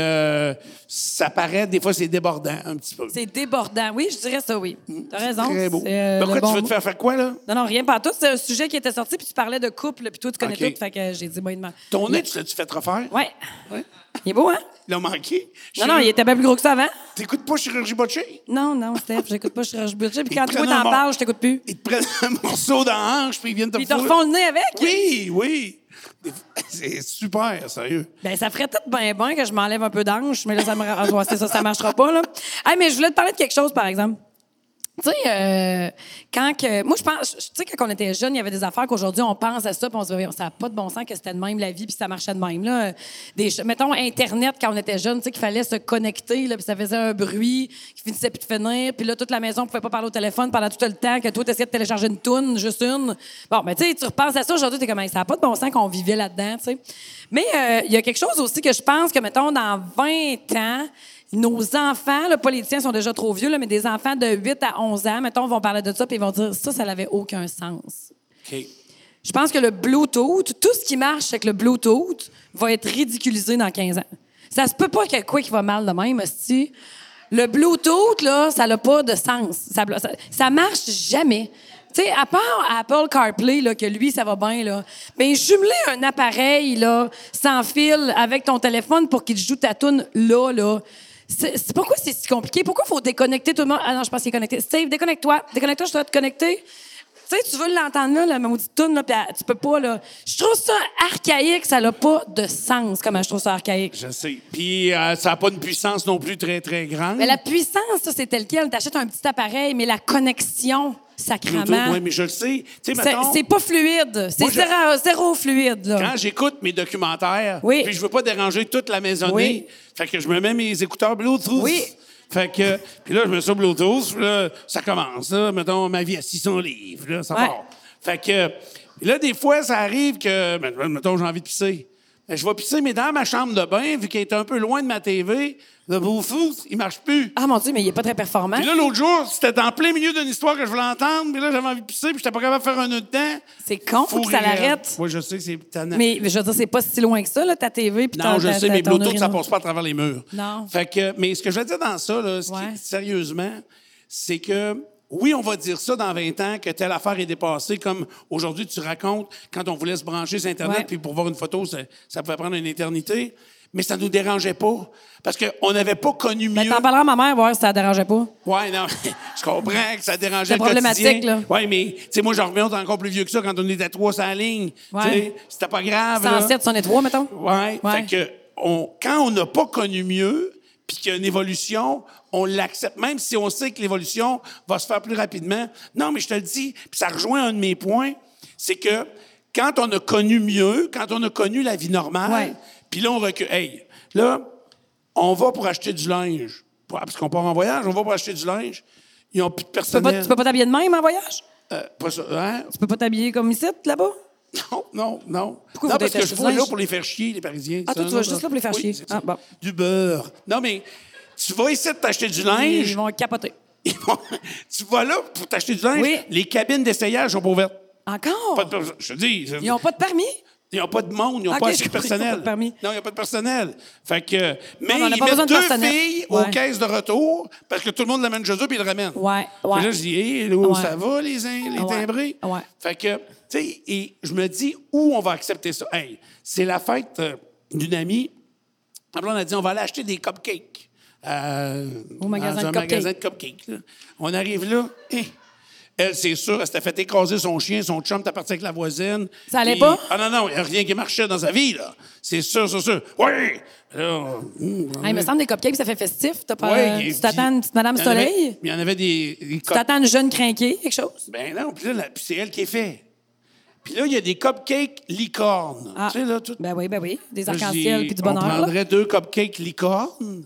ça paraît, des fois, c'est débordant un petit peu. C'est débordant. Oui, je dirais ça, oui. T'as raison. Très beau. C'est, Pourquoi le bon tu veux mot. te faire quoi, là? Non, rien, pas tout. C'est un sujet qui était sorti, puis tu parlais de couple, puis toi, tu connais OK. tout. Fait que j'ai dit, moi, Ton nez, tu l'as-tu fait refaire? Ouais. Ouais. Il est beau, hein? Il a manqué. Non, il était bien plus gros que ça avant. T'écoutes pas Chirurgie Botchée? Non, Steph, j'écoute pas Chirurgie Budget. Puis quand Ils toi, prennent t'en un parles, je t'écoute plus. Ils te prennent un morceau dans la hanche, puis ils viennent te Puis ils te foutre. refont le nez avec? Oui. C'est super, sérieux. Ben, ça ferait peut-être bien que je m'enlève un peu d'ange, mais là, c'est ça marchera pas, là. Hey, mais je voulais te parler de quelque chose, par exemple. Tu sais, moi, je pense, tu sais, quand on était jeunes, il y avait des affaires qu'aujourd'hui, on pense à ça, puis on se dit, ça n'a pas de bon sens que c'était de même la vie, puis ça marchait de même, là. Mettons, Internet, quand on était jeunes, tu sais, qu'il fallait se connecter, là, puis ça faisait un bruit qui finissait plus de finir, puis là, toute la maison ne pouvait pas parler au téléphone pendant tout le temps, que toi, tu essayais de télécharger une toune, juste une. Bon, ben, tu sais, tu repenses à ça, aujourd'hui, t'es comme, ça n'a pas de bon sens qu'on vivait là-dedans, tu sais. Mais il y a quelque chose aussi que je pense que, mettons, dans 20 ans, nos enfants, là, pas les tiens sont déjà trop vieux, là, mais des enfants de 8 à 11 ans, mettons, vont parler de ça, puis ils vont dire, ça n'avait aucun sens. OK. Je pense que le Bluetooth, tout ce qui marche avec le Bluetooth, va être ridiculisé dans 15 ans. Ça se peut pas qu'il y ait quoi qui va mal de même, hostie. Le Bluetooth, là, ça n'a pas de sens. Ça marche jamais. Tu sais, à part Apple CarPlay, là, que lui, ça va bien, là, mais jumeler un appareil, là, sans fil avec ton téléphone pour qu'il te joue ta toune là, c'est pourquoi c'est si compliqué? Pourquoi il faut déconnecter tout le monde? Ah non, je pense qu'il est connecté. Steve, déconnecte-toi. Déconnecte-toi, je dois te connecter. Tu sais, tu veux l'entendre là, la maudite toune, là, puis tu peux pas, là. Je trouve ça archaïque, ça n'a pas de sens, comment je trouve ça archaïque. Je sais. Puis ça n'a pas une puissance non plus très, très grande. Mais la puissance, ça, c'est tel quel. T'achètes un petit appareil, mais la connexion, sacrément. Oui, mais je le sais. Tu sais, mettons, C'est pas fluide. C'est zéro fluide, là. quand j'écoute mes documentaires, Oui. puis je veux pas déranger toute la maisonnée, Oui. fait que je me mets mes écouteurs Bluetooth. Oui. Fait que, puis là, je me mets sur Bluetooth, puis là, ça commence, là, mettons, ma vie à 600 livres, là, ça Ouais. part. Fait que, puis là, des fois, ça arrive que, mettons, j'ai envie de pisser. Ben, je vais pisser, mais dans ma chambre de bain, vu qu'elle est un peu loin de ma TV, le Bluetooth, il marche plus. Ah, mon Dieu, mais il est pas très performant. Puis là, l'autre jour, c'était en plein milieu d'une histoire que je voulais entendre, puis là, j'avais envie de pisser, puis j'étais pas capable de faire un nœud dedans. C'est con, faut que ça l'arrête. Oui, je sais que c'est tannant. Mais je veux dire, c'est pas si loin que ça, là, ta TV. Puis Non, je sais, mais ton Bluetooth, ça urinoir. passe pas à travers les murs. Non. Fait que, mais ce que je veux dire dans ça, là, Ouais. sérieusement, c'est que, oui, on va dire ça dans 20 ans, que telle affaire est dépassée, comme aujourd'hui, tu racontes, quand on voulait se brancher sur Internet, Ouais. puis pour voir une photo, ça pouvait prendre une éternité. Mais ça nous dérangeait pas. Parce qu'on n'avait pas connu mieux. Mais t'en parleras à ma mère, voir si ça la dérangeait pas. Ouais, non, je comprends que ça dérangeait C'est le problématique, quotidien. là. Ouais, mais, tu sais, moi, je reviens encore plus vieux que ça quand on était 3 sur la ligne. Ouais. Tu sais, c'était pas grave, là. 107, c'en est 3, mettons. Ouais. Ouais. Fait que, quand on n'a pas connu mieux, puis qu'il y a une évolution, on l'accepte, même si on sait que l'évolution va se faire plus rapidement. Non, mais je te le dis, puis ça rejoint un de mes points, c'est que quand on a connu mieux, quand on a connu la vie normale, Ouais. puis là, on recule. Hey, là, on va pour acheter du linge. parce qu'on part en voyage, on va pour acheter du linge. Ils n'ont plus de Tu peux personnel. pas t'habiller de même en voyage? Pas ça, hein? Tu peux pas t'habiller comme ici, là-bas? Non. Pourquoi non, vous parce que êtes je vais là linge? pour les faire chier, les Parisiens. Ah, toi, tu vas juste là pour les faire chier. C'est Ah, ça. bon. Du beurre. Non, mais tu vas essayer de t'acheter du linge. Ils vont capoter. Tu vas là pour t'acheter du linge. Oui. Les cabines d'essayage sont pas ouvertes. Encore? Je te dis. Ils n'ont pas de permis? Ils n'ont pas de monde, ils n'ont Ok, pas assez je de comprends, ils personnel. n'ont pas de permis. Non, il n'y a pas de personnel. Fait que, mais on n'a ils pas besoin mettent de deux personnel. filles Ouais. aux caisses de retour parce que tout le monde l'amène chez eux puis ils le ramènent. Ouais. Puis là, je dis, hey, là, Ouais. ça va, les Ouais. timbrés? Ouais. Fait que, tu sais, et je me dis, où on va accepter ça? Hey, c'est la fête d'une amie. Après, on a dit, on va aller acheter des cupcakes. Au magasin dans de un cupcakes. magasin de cupcakes. Là. On arrive là, elle, c'est sûr, elle s'était fait écraser son chien, son chum était parti avec la voisine. Ça allait Puis- pas? Ah non, il n'y a rien qui marchait dans sa vie, là. C'est sûr. Oui! Là, Il me semble des cupcakes, ça fait festif. T'as pas, ouais, tu t'attends une petite Madame Soleil? Il y en avait des Tu t'attends une jeune crinquée, quelque chose? Ben non, puis là, puis c'est elle qui est fait. Puis là, il y a des cupcakes licornes. Ah. Tu sais, là, tout. Ben oui. Des Là, arcs-en-ciel j'ai- puis du On bonheur. là. prendrait 2 cupcakes licornes.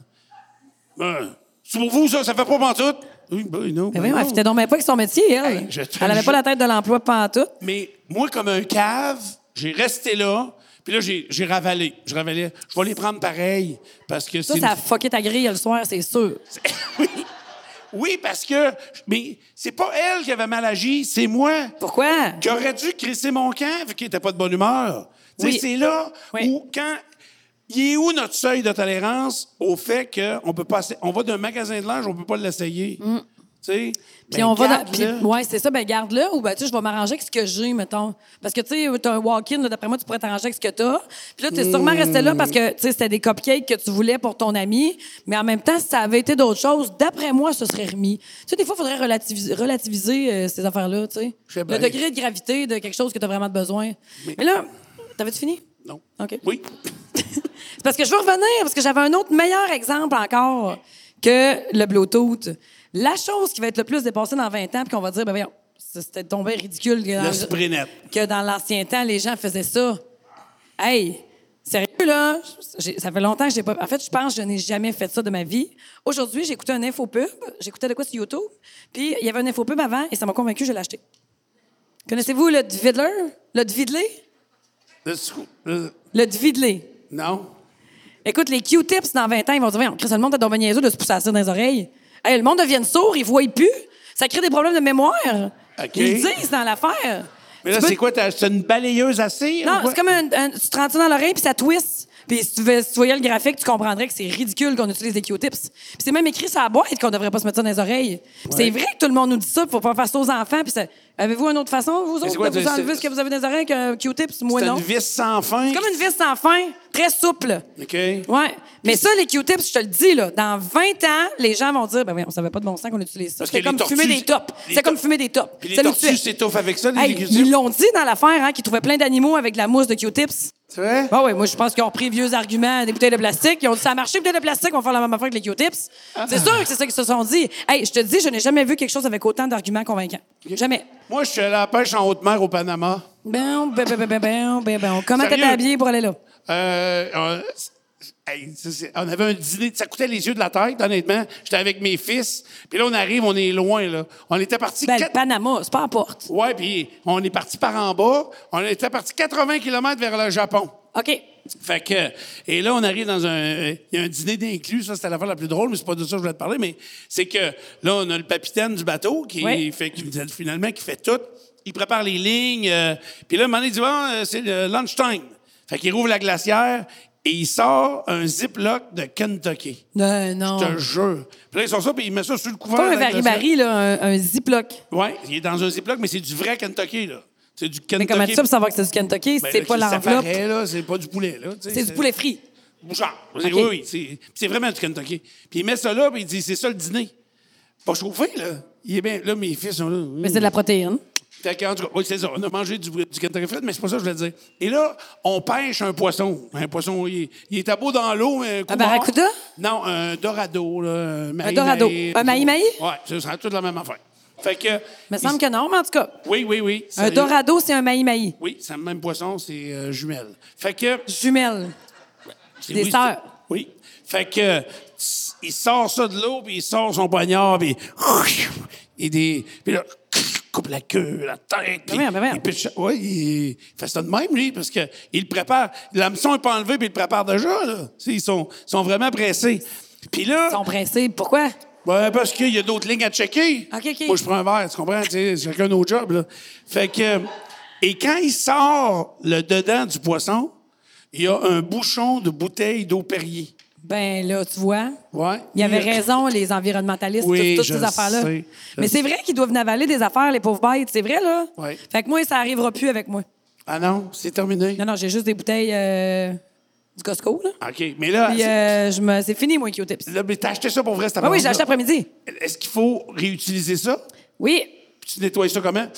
C'est pour vous, ça? Ça fait pas pantoute? Oui, non. Mais voyons, elle fitait donc même pas avec son métier, elle. Hey, je te Elle avait jure. pas la tête de l'emploi pantoute. Mais moi, comme un cave, j'ai resté là, puis là, j'ai ravalé. Je ravalais. Je vais les prendre pareil, parce que Ça, c'est... ça a fucké ta grille le soir, c'est sûr. oui. Oui, parce que... Mais c'est pas elle qui avait mal agi, c'est moi. Pourquoi? Qui aurait dû crisser mon camp, vu qu'il était pas de bonne humeur. Tu sais, Oui. c'est là Oui. où, quand... Il est où notre seuil de tolérance au fait qu'on peut pas... On va d'un magasin de linge, on peut pas l'essayer. Tu sais? Puis Ben, on va dans. garde-le. Puis, ouais, c'est ça, ben garde-le, ou ben tu sais, je vais m'arranger avec ce que j'ai, mettons. Parce que tu sais, t'as un walk-in, là, d'après moi, tu pourrais t'arranger avec ce que t'as. Puis là, t'es sûrement resté là parce que, tu sais, c'était des cupcakes que tu voulais pour ton ami. Mais en même temps, si ça avait été d'autres choses, d'après moi, ce serait remis. Tu sais, des fois, il faudrait relativiser ces affaires-là, tu sais. Je sais Le bien. degré de gravité de quelque chose que t'as vraiment besoin. Mais là, t'avais-tu fini? Non. OK. Oui. C'est parce que je veux revenir, parce que j'avais un autre meilleur exemple encore que le Bluetooth. La chose qui va être le plus dépassée dans 20 ans, puis qu'on va dire, ben voyons, c'était tombé ridicule Le spray net. que dans l'ancien temps, les gens faisaient ça. Hey, sérieux, là, ça fait longtemps que j'ai pas... En fait, je pense que je n'ai jamais fait ça de ma vie. Aujourd'hui, j'ai écouté un infopub. J'écoutais de quoi sur YouTube? Puis il y avait un infopub avant, et ça m'a convaincu, je l'ai acheté. Connaissez-vous le Dvidler? Le Dvidley? Le Dvidley. Non. Écoute, les Q-tips, dans 20 ans, ils vont dire, voyons, Chris, le monde a donc bien niaiseux de se pousser la cire dans les oreilles. Hey, le monde devient sourd, ils voient plus. Ça crée des problèmes de mémoire. OK. Ils le disent dans l'affaire. Mais là, Tu peux- c'est quoi? C'est une balayeuse à cire? Non, ou quoi? c'est comme tu te rends ça dans l'oreille, puis ça twist. Puis si tu voyais le graphique, tu comprendrais que c'est ridicule qu'on utilise des Q-tips. Puis c'est même écrit sur la boîte qu'on devrait pas se mettre ça dans les oreilles. Puis c'est vrai que tout le monde nous dit ça, puis faut pas faire ça aux enfants. Puis avez-vous une autre façon, vous autres, quoi, de vous enlever c'est- ce que vous avez dans les oreilles qu'un Q-tips? Moi, C'est non. une vis sans fin. C'est comme une vis sans fin, très souple. OK. Ouais. Mais ça, les Q-tips, je te le dis, là, dans 20 ans, les gens vont dire, ben oui, on savait pas de bon sens qu'on utilise ça. Parce que C'est comme les fumer tortues- des tops. les C'est comme tor- fumer des tops. Puis les Ça nous tortues tue. s'étouffent avec ça, les Hey, Q-tips. ils l'ont dit dans l'affaire, hein, qu'ils trouvaient plein d'animaux avec de la mousse de Q-tips. C'est vrai? Ah oui, moi, je pense qu'ils ont pris vieux arguments des bouteilles de plastique. Ils ont dit, ça a marché, bouteilles de plastique, on va faire la même affaire avec les Q-tips. C'est sûr que c'est ça qu'ils se sont dit. Hey, je te dis, je n'ai jamais vu quelque chose avec autant d'arguments convaincants. Jamais. Moi, je suis allé à la pêche en haute mer au Panama. Comment Sérieux? t'étais habillé pour aller là? On avait un dîner, ça coûtait les yeux de la tête, honnêtement. J'étais avec mes fils. Puis là, on arrive, on est loin, là. On était partis... Ben, le Panama, c'est pas à porte. Ouais, puis on est parti par en bas. On était parti 80 km vers le Japon. OK. Fait que... Et là, on arrive dans un... Il y a un dîner d'inclus. Ça, c'était l'affaire la plus drôle, mais c'est pas de ça que je voulais te parler. Mais c'est que là, on a le capitaine du bateau qui Oui. fait... Finalement, qui fait tout. Il prépare les lignes. Puis là, un moment donné, il dit, bon, c'est le lunchtime. Fait qu'il rouvre la glacière et il sort un Ziploc de Kentucky. Non. Je te jure. Puis là, il sort ça, puis il met ça sur le couvert. Pas un de la glacière. Barry, là, un Ziploc. Oui, il est dans un Ziploc, mais c'est du vrai Kentucky, là. C'est du Kentucky. Mais comment tu sais pour savoir que c'est du Kentucky? Ben, c'est là, pas ça l'enveloppe. paraît, là, c'est pas du poulet, là. tu sais, C'est du poulet frit. Bouchard. OK. Oui. C'est vraiment du Kentucky. Puis il met ça là, puis il dit, c'est ça le dîner. Pas chauffé, là. Il est bien. Là, mes fils sont là. Mais c'est de la protéine. Fait qu'en tout cas, oui, c'est ça. On a mangé du Kentucky Fried, mais c'est pas ça que je voulais dire. Et là, on pêche un poisson. Un poisson, il est à beau dans l'eau, mais Un barracuda? Non, un dorado, là. Un dorado. Un mahi-mahi? Oui, ce sera toute la même affaire. Fait que... Il me semble que non, mais en tout cas. Oui. Un Sérieux. dorado, c'est un mahi-mahi. Oui, c'est le même poisson, c'est jumelle. Fait que... Jumelles. Des oui, sœurs. Oui. Fait que il sort ça de l'eau, puis il sort son poignard, puis puis là, coupe la queue, la tête. Puis il pitche, il fait ça de même, lui, parce qu'il le prépare. L'hameçon n'est pas enlevé, puis il le prépare déjà, là. Ils sont vraiment pressés. Puis là... Ils sont pressés. Pourquoi? Ben, parce qu'il y a d'autres lignes à checker. OK. Moi, je prends un verre, tu comprends? C'est chacun nos jobs, là. Fait que... Et quand il sort le dedans du poisson, il y a un bouchon de bouteille d'eau Perrier. Ben là, tu vois. Ouais. Il avait raison, les environnementalistes, toutes ces affaires-là. Mais c'est vrai qu'ils doivent navaler des affaires, les pauvres bêtes. C'est vrai, là? Oui. Fait que moi, ça arrivera plus avec moi. Ah non, c'est terminé. Non, j'ai juste des bouteilles du Costco, là. OK, mais là... Puis c'est fini, moi, Q-tips. Là, mais t'as acheté ça pour vrai, cette Oui, j'ai acheté après-midi. Est-ce qu'il faut réutiliser ça? Oui. Puis tu nettoies ça comment?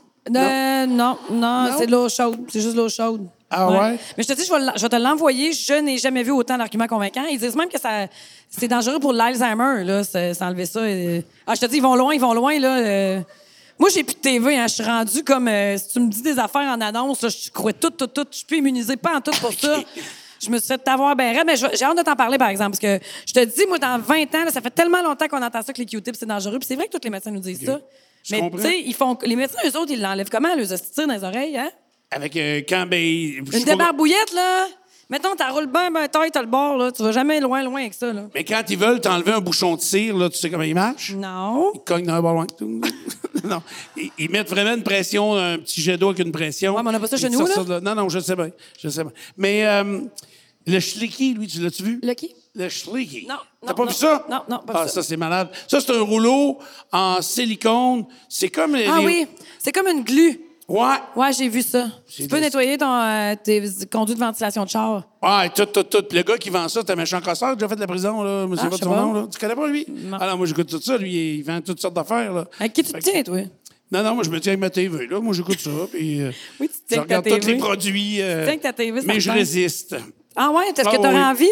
Non, c'est de l'eau chaude. C'est juste de l'eau chaude. Ah ouais? Mais je te dis, je vais te l'envoyer. Je n'ai jamais vu autant d'arguments convaincants. Ils disent même que c'est dangereux pour l'Alzheimer, là, s'enlever ça. Ah, je te dis, ils vont loin, là. Moi, j'ai plus de TV, hein. Je suis rendue comme... si tu me dis des affaires en annonce, là, je crois tout. Je suis plus immunisée, pas en tout pour ça. Je me suis fait avoir bien raide, mais j'ai hâte de t'en parler, par exemple, parce que je te dis, moi, dans 20 ans, là, ça fait tellement longtemps qu'on entend ça que les Q-tips, c'est dangereux. Puis c'est vrai que tous les médecins nous disent ça. Mais tu sais, les médecins, eux autres, ils l'enlèvent comment, les hosties dans les oreilles, hein? Avec quand, Une débarbouillette, là. Mettons, t'enroules bien, taille, t'as le bord, là. Tu vas jamais loin avec ça, là. Mais quand ils veulent t'enlever un bouchon de cire, là, tu sais comment il marche? Non. Ils cognent dans un bord loin. Non. Ils mettent vraiment une pression, un petit jet d'eau avec une pression. Ouais, mais on n'a pas ça chez nous, là. Non, je sais bien. Mais le schlicky, lui, tu l'as-tu vu? Le qui? Le schlicky. Non. T'as pas vu ça? Non, pas vu ça. Ça, c'est malade. Ça, c'est un rouleau en silicone. C'est comme... Oui. C'est comme une glu. Ouais. Ouais, j'ai vu ça. Tu peux nettoyer tes conduits de ventilation de char. Ouais, tout. Puis le gars qui vend ça, c'est un méchant crosseur, qui a déjà fait de la prison, là. Monsieur pas son nom, là. Tu connais pas, lui? Non. Alors, moi, j'écoute tout ça. Lui, il vend toutes sortes d'affaires, là. Avec qui tu te tiens, toi? Non, moi, je me tiens avec ma TV, là. Moi, j'écoute ça, puis... Oui, tu te tiens je avec ta regarde TV. tous les produits. Tu te tiens avec ta TV, mais je résiste. Ah ouais? Est-ce que t'aurais envie?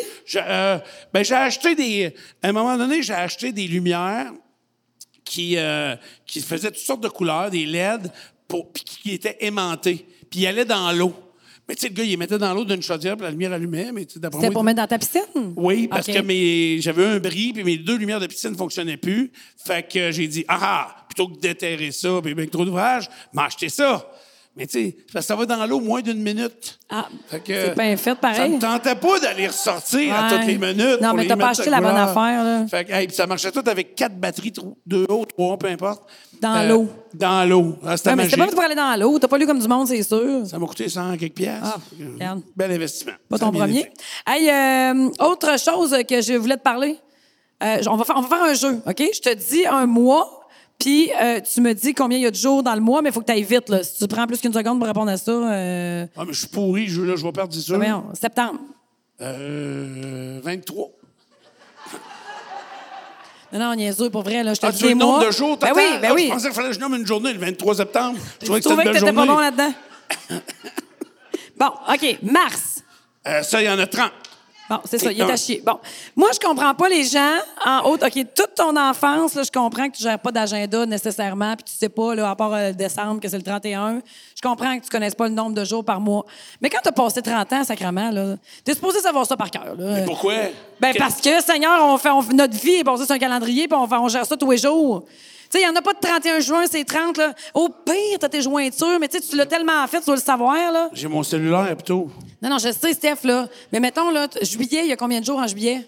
J'ai acheté des... À un moment donné, j'ai acheté des lumières qui faisaient toutes sortes de couleurs, des LED, puis qui étaient aimantées. Puis ils allaient dans l'eau. Mais tu sais, le gars, il les mettait dans l'eau d'une chaudière, puis la lumière allumait. Mais d'après moi... C'était pour mettre dans ta piscine? Oui, parce que j'avais un bris, puis mes 2 lumières de piscine ne fonctionnaient plus. Fait que j'ai dit, plutôt que d'éterrer ça, puis avec trop d'ouvrage, m'a acheté ça. Mais tu sais, parce que ça va dans l'eau moins d'1 minute. C'est bien fait, pareil. Ça me tentait pas d'aller ressortir à toutes les minutes. Non, mais t'as pas acheté la bonne affaire, là. Fait que, puis ça marchait tout avec 4 batteries, 2 ou 3, peu importe. Dans l'eau. Dans l'eau. C'était mais magique. c'était pas pour aller dans l'eau. T'as pas lu comme du monde, c'est sûr. Ça m'a coûté 100 quelques piastres. Regarde. Bel investissement. Pas ton premier. Hey, autre chose que je voulais te parler. On va faire un jeu, OK? Je te dis un mois. Puis, tu me dis combien il y a de jours dans le mois, mais il faut que tu ailles vite. Là. Si tu prends plus qu'une seconde pour répondre à ça... mais je suis pourri. Je vais perdre 10 heures. Septembre. 23. Non, niaiseux, pour vrai. Là, je te dis tu veux le nombre mois. de jours? Ben oui. Je pensais qu'il fallait que je nomme une journée, le 23 septembre. Je trouvais que c'était une belle journée. Pas bon là-dedans? Bon, OK. Mars. Ça, il y en a 30. Bon, c'est ça, il est à chier. Bon, moi, je comprends pas les gens en haute. OK, toute ton enfance, là, je comprends que tu gères pas d'agenda nécessairement, puis tu sais pas, là, à part décembre, que c'est le 31. Je comprends que tu connaisses pas le nombre de jours par mois. Mais quand t'as passé 30 ans, sacrément, là, t'es supposé savoir ça par cœur. Là. Mais pourquoi? Ben, parce que, Seigneur, notre vie est basée sur un calendrier, puis on gère ça tous les jours. Tu sais, il n'y en a pas de 31 juin, c'est 30, là. Au pire, t'as tes jointures, mais tu sais, tu l'as tellement fait, tu dois le savoir, là. J'ai mon cellulaire, plutôt. Non, je sais, Steph, là. Mais mettons, là, juillet, il y a combien de jours en juillet?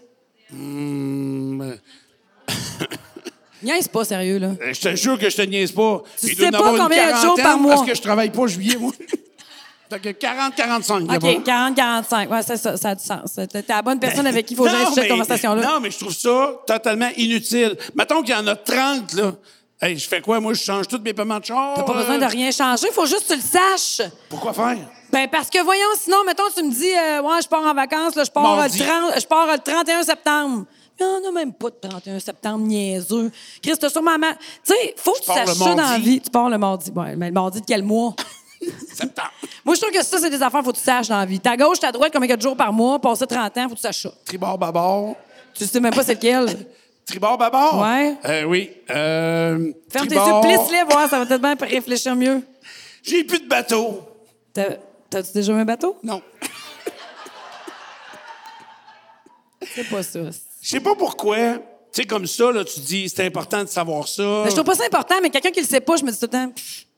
Niaise pas, sérieux, là. Je te jure que je te niaise pas. Tu sais pas combien il y a de jours par mois? Parce que je travaille pas juillet, moi. Fait que 40-45. OK, 40-45. Ouais, c'est ça a du sens. T'es la bonne personne avec qui il faut gérer cette conversation-là. Non, mais je trouve ça totalement inutile. Mettons qu'il y en a 30, là. Hey, je fais quoi? Moi, je change tous mes paiements de char. T'as pas besoin de rien changer. Il faut juste que tu le saches. Pourquoi faire? Ben parce que, voyons, sinon, mettons, tu me dis, je pars en vacances, là, je pars le 31 septembre. Il n'y en a même pas de 31 septembre, niaiseux. Chris, t'as sûrement... Tu sais, faut que tu saches ça dans la vie. Tu pars le mardi. Ouais, mais le mardi de quel mois? Septembre. Moi, je trouve que ça, c'est des affaires, faut que tu saches dans la vie. Ta gauche, ta droite, combien il y a de jours par mois, passer 30 ans, faut que tu saches ça. Tribord, babord. Tu sais même pas c'est lequel. Tribord, babord? Ouais. Oui. Ferme tes yeux, plisse-les, voir, ça va peut-être bien réfléchir mieux. J'ai plus de bateau. T'as-tu déjà eu un bateau? Non. C'est pas ça. Je sais pas pourquoi. Tu sais, comme ça, là, tu dis, c'est important de savoir ça. Ben, je trouve pas ça important, mais quelqu'un qui le sait pas, je me dis tout le temps...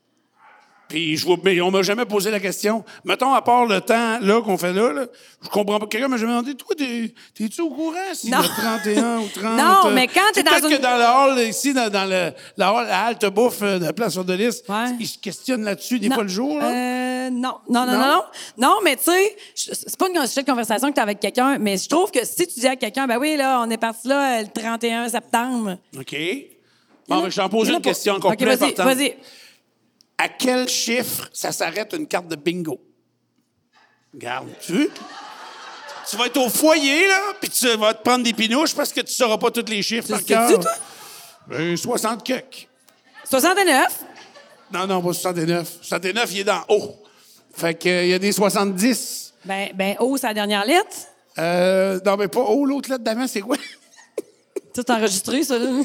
Puis mais on m'a jamais posé la question. Mettons, à part le temps là qu'on fait là, je comprends pas. Quelqu'un m'a jamais demandé, toi, t'es-tu au courant s'il y a 31 ou 30? Non, mais quand t'es dans peut-être une... que dans le hall, ici, dans la halte bouffe de Place sur de Lys, ils se questionnent là-dessus des fois le jour. Là. Non, mais tu sais, c'est pas une sujet de conversation que tu as avec quelqu'un, mais je trouve que si tu dis à quelqu'un, ben oui, là, on est parti là le 31 septembre. OK. Bon, mais je t'en pose une question encore plus importante. Vas-y. À quel chiffre ça s'arrête une carte de bingo? Regarde, tu veux? Tu vas être au foyer, là, puis tu vas te prendre des pinouches parce que tu sauras pas tous les chiffres par cœur. Tu toi? Ben, 60 kek. 69? Non, pas 69. 69, il est dans haut. Fait que, il y a des 70. Ben, haut, c'est la dernière lettre. Non, mais pas haut, l'autre lettre d'avant, c'est quoi? Tout enregistré, ça, là.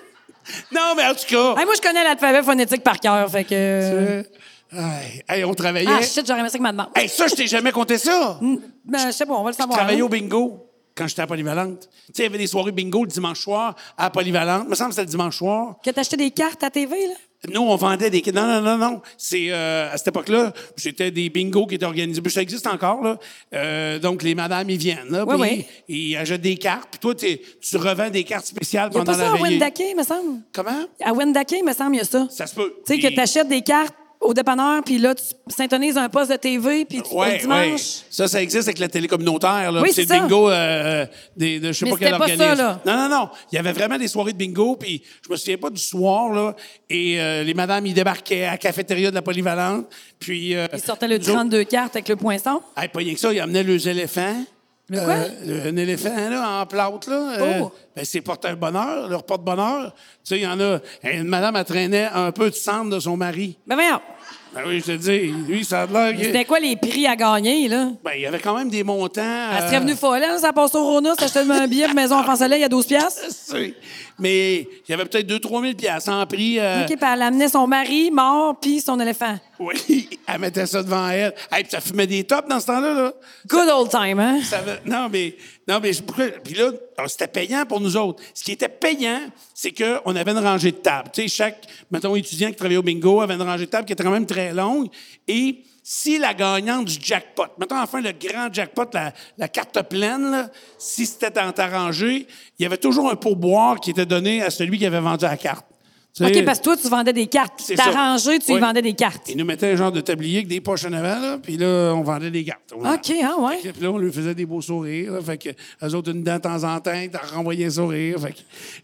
Non, mais en tout cas... Hey, moi, je connais l'alphabet phonétique par cœur, fait que... Hey, on travaillait... Ah, shit, j'aurais aimé ça que ma demande. Hey, ça, je t'ai jamais compté ça! Ben, je sais pas, on va le Je savoir. travaillais hein. au bingo quand j'étais à Polyvalente. Tu sais, il y avait des soirées bingo le dimanche soir à Polyvalente. Il me semble que c'était le dimanche soir. Que t'achetais des cartes à TV, là? Nous, on vendait des... Non. C'est, à cette époque-là, c'était des bingos qui étaient organisés. Ça existe encore, là. Donc, les madames, ils viennent, là. Oui. Ils achètent des cartes. Puis toi, tu revends des cartes spéciales Il y a pendant pas ça la à veillée. Wendake, me semble. Comment? À Wendake, me semble, il y a ça. Ça se peut. Tu sais, que t'achètes des cartes au dépanneur, puis là, tu syntonises un poste de TV, puis le dimanche... Ouais. Ça existe avec la télé communautaire. Là. Oui, c'est c'est le bingo Mais de je sais pas c'était quel pas organisme. ça, là. Non. Il y avait vraiment des soirées de bingo, puis je me souviens pas du soir, là. Et les madames, ils débarquaient à la cafétéria de la Polyvalente. Puis... Ils sortaient le 32 cartes avec le poinçon. Hey, pas rien que ça, ils amenaient les éléphants. Le quoi? Un éléphant, là, en plâtre, là. Ben, c'est porte-bonheur, leur porte-bonheur. Tu sais, il y en a... Une madame, elle traînait un peu de cendre de son mari. Ben voyons. Ben oui, je te dis, lui, ça a l'air... que- C'était quoi les prix à gagner, là? Ben, il y avait quand même des montants... Elle serait venue folle, hein, ça passe au Rona, s'achetait un billet pour Maison Enfant Soleil à 12 piastres. Oui. Mais il y avait peut-être 2-3 000 piastres en prix. OK, puis elle amenait son mari mort puis son éléphant. Oui, elle mettait ça devant elle. Hey, puis ça fumait des tops dans ce temps-là. Là. Good old time, hein? Non, mais pourquoi? Puis là, alors, c'était payant pour nous autres. Ce qui était payant, c'est qu'on avait une rangée de tables. Tu sais, chaque, mettons, étudiant qui travaillait au bingo avait une rangée de tables qui était quand même très longue. Et si la gagnante du jackpot, mettons enfin le grand jackpot, la carte pleine, là, si c'était dans ta rangée, il y avait toujours un pourboire qui était donné à celui qui avait vendu la carte. Tu sais, OK, parce que toi, tu vendais des cartes. C'est T'as ça. rangé, tu y Oui. vendais des cartes. Ils nous mettaient un genre de tablier avec des poches en avant, là, puis là, on vendait des cartes. OK, ah ouais. Puis là, on lui faisait des beaux sourires. Là, fait que eux autres, une dent de temps en temps, t'as renvoyé un sourire. Fait que,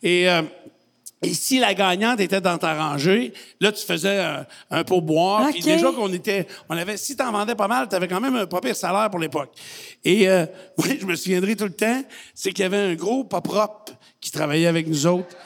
et si la gagnante était dans ta rangée, là, tu faisais un pourboire. Puis OK. déjà on avait, si t'en vendais pas mal, t'avais quand même un pas pire salaire pour l'époque. Et oui, je me souviendrai tout le temps, c'est qu'il y avait un gros pop-rop qui travaillait avec nous autres.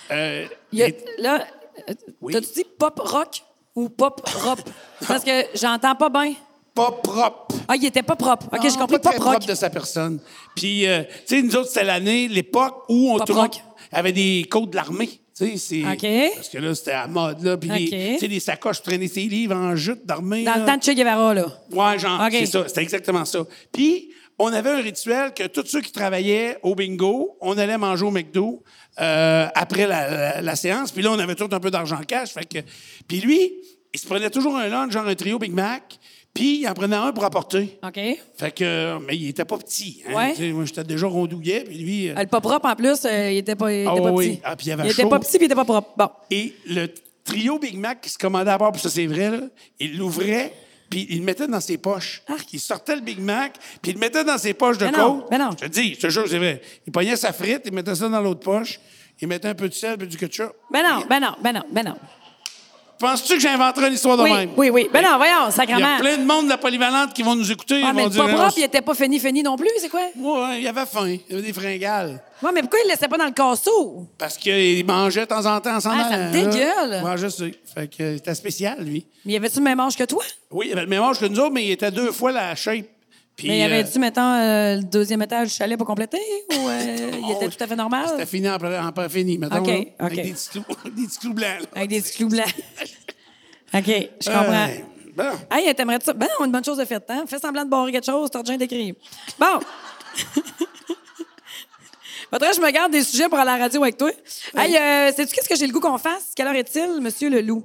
Là, Oui. t'as-tu dit pop rock ou pop rop? Parce que j'entends pas bien. Pas propre. Ah, il était pas propre. OK, j'ai Non, compris pas pop très rock. propre de sa personne. Puis, tu sais, nous autres, c'était l'époque où on Pop rock. avait des côtes de l'armée. Tu sais, c'est... OK. Parce que là, c'était à la mode, là. Puis, OK. tu sais, des sacoches, traîner ses livres en jute d'armée. Dans là. le temps de Che Guevara, là. Ouais, genre, OK. c'est ça. C'était exactement ça. Puis, on avait un rituel que tous ceux qui travaillaient au bingo, on allait manger au McDo après la séance. Puis là, on avait tout un peu d'argent cash. Fait que... Puis lui, il se prenait toujours un lunch, genre un trio Big Mac. Puis, il en prenait un pour apporter. OK. Fait que, mais il était pas petit. Hein? Ouais. Tu sais, moi, j'étais déjà rondouillet, puis lui... Le pop rop, en plus, il était pas, il était Ah pas oui. petit. Ah, puis il avait il était chaud. pas petit puis il était pas propre. Bon. Et le trio Big Mac qui se commandait à part, puis ça, c'est vrai, là, il l'ouvrait, puis il le mettait dans ses poches. Arc. Il sortait le Big Mac, puis il le mettait dans ses poches de Mais non, côte. mais non. Je te dis, je te jure, c'est vrai. Il pognait sa frite, il mettait ça dans l'autre poche, il mettait un peu de sel, puis du ketchup. Ben non. Penses-tu que j'inventerais une histoire de même? Oui. Ben non, voyons, Il y a sacrément. plein de monde de la polyvalente qui vont nous écouter. Ah, ils mais vont le dire... pop rop, il était pas fini non plus, c'est quoi? Ouais, il avait faim. Il avait des fringales. Ouais, mais pourquoi il le laissait pas dans le casseau? Parce qu'il mangeait de temps en temps en s'en Ah, ça allant, me dégueule. là. Ouais, je sais. Fait que c'était spécial, lui. Mais y avait-tu le même âge que toi? Oui, il avait le même âge que nous autres, mais il était 2 fois la shape. Puis, Mais y avait-tu, mettons, le deuxième étage du chalet pour compléter? Ou il était tout à fait normal? C'était fini en pas fini, mettons. OK, là, OK. Avec des petits clous blancs. là. Avec des petits clous blancs. OK, je comprends. Bon. Hey, t'aimerais ça? Ben, on a une bonne chose de faite, hein? Fais semblant de barrer quelque chose, t'as rien d'écrire. Bon. Faudrait que je me garde des sujets pour aller à la radio avec toi. Hey, sais-tu qu'est-ce que j'ai le goût qu'on fasse? Quelle heure est-il, monsieur le loup?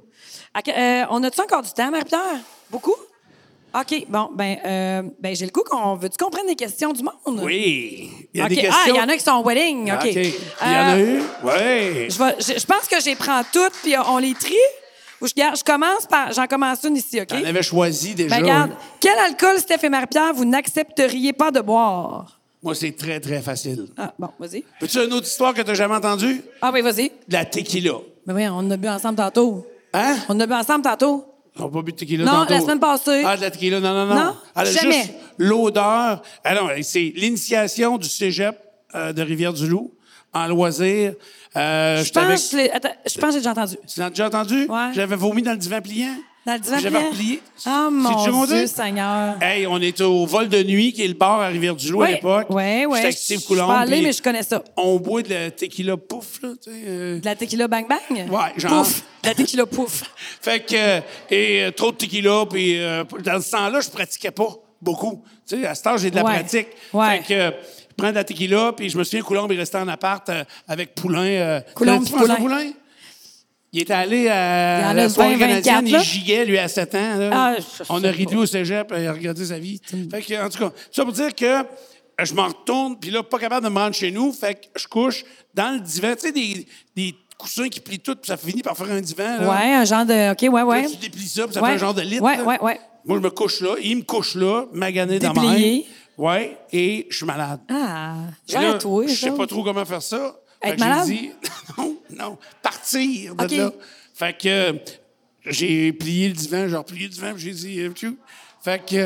On a-tu encore du temps, Marie-Pierre? Beaucoup? OK, bon, j'ai le goût Veux-tu qu'on prenne des questions du monde? Oui. Il y a OK. des questions. Ah, il y en a qui sont au wedding. OK. Il y en a eu? Oui. Je pense que je les prends toutes, puis on les trie. Ou je commence par... J'en commence une ici, OK? On avait choisi déjà. Ben, regarde, quel alcool, Steph et Marie-Pierre, vous n'accepteriez pas de boire? Moi, c'est très, très facile. Ah, bon, vas-y. Peux-tu une autre histoire que tu n'as jamais entendue? Ah oui, vas-y. De la tequila. Mais oui, on en a bu ensemble tantôt. Hein? On en a bu ensemble tantôt. On n'a pas bu de tequila Non, tantôt. la semaine passée. Ah, de la tequila, non. Non? Alors, Jamais. juste l'odeur. Ah non, c'est l'initiation du cégep de Rivière-du-Loup en loisir. Je pense que j'ai déjà entendu. Tu l'as déjà entendu? Ouais. J'avais vomi dans le divan pliant. Dans le divan J'avais pliant? replié. Ah, C'est mon déjà monté? Dieu, Seigneur. Hey, on était au Vol de nuit, qui est le bar à Rivière-du-Loup à l'époque. Oui. J'étais actif Je suis Coulombe. pas allée, puis mais je connais ça. On boit de la tequila pouf, là, tu sais. De la tequila bang bang? Ouais, genre. Pouf. De la tequila pouf. Fait que, trop de tequila, puis dans ce temps-là, je pratiquais pas beaucoup. Tu sais, à cet âge, j'ai de la Ouais. pratique. Ouais. Fait que, je prends de la tequila, puis je me souviens, Coulombe est resté en appart avec Poulain. Coulombe, Tu connais-tu François Poulain. Il était allé Il y en à a la soirée 20, 24, canadienne, là. il giguait, lui, à 7 ans. Là. Ah, On a ri de lui au cégep, il a regardé sa vie. Fait que, en tout cas, ça pour dire que je m'en retourne, puis là, pas capable de me rendre chez nous, fait que je couche dans le divan. Tu sais, des coussins qui plient tout, puis ça finit par faire un divan. Là. Ouais, un genre de... OK, ouais. Là, tu déplies ça, puis ça Ouais. fait un genre de lit. Ouais. Moi, je me couche là, il me couche là, magané dans ma main. Déplié. Ouais, et je suis malade. Ah, Et là, genre toi, je sais ça. pas trop comment faire ça. Fait Être que j'ai malade? dit, non, partir de OK. là. Fait que j'ai plié le divan, j'ai replié le divan, puis j'ai dit, tchou. Fait que,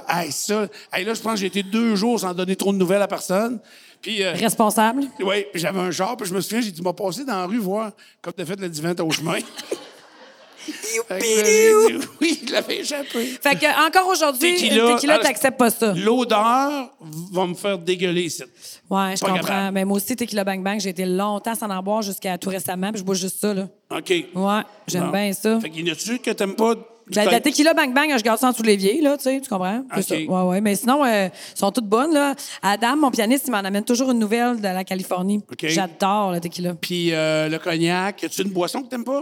là, je pense que j'ai été 2 jours sans donner trop de nouvelles à personne. Puis, Responsable. oui, j'avais un char, puis je me souviens, j'ai dit, m'a passé dans la rue voir comme t'as fait le divan au chemin. Fait que, j'ai dit, oui, il l'avait échappé. Fait que encore aujourd'hui, Tequila, tequila, t'acceptes pas ça. L'odeur va me faire dégueuler ici. Ouais, je Pas comprends. capable. Mais moi aussi, tequila bang bang, j'ai été longtemps sans en boire jusqu'à tout récemment, puis je bois juste ça, là. OK. Ouais, j'aime Bon. bien ça. Fait qu'il y en a-tu que t'aimes pas? La tequila bang bang, je garde ça en dessous de l'évier, là, tu sais, tu comprends? C'est ça. OK. Ouais. Mais sinon, elles sont toutes bonnes, là. Adam, mon pianiste, il m'en amène toujours une nouvelle de la Californie. OK. J'adore la tequila. Puis le cognac, y a-tu une boisson que t'aimes pas?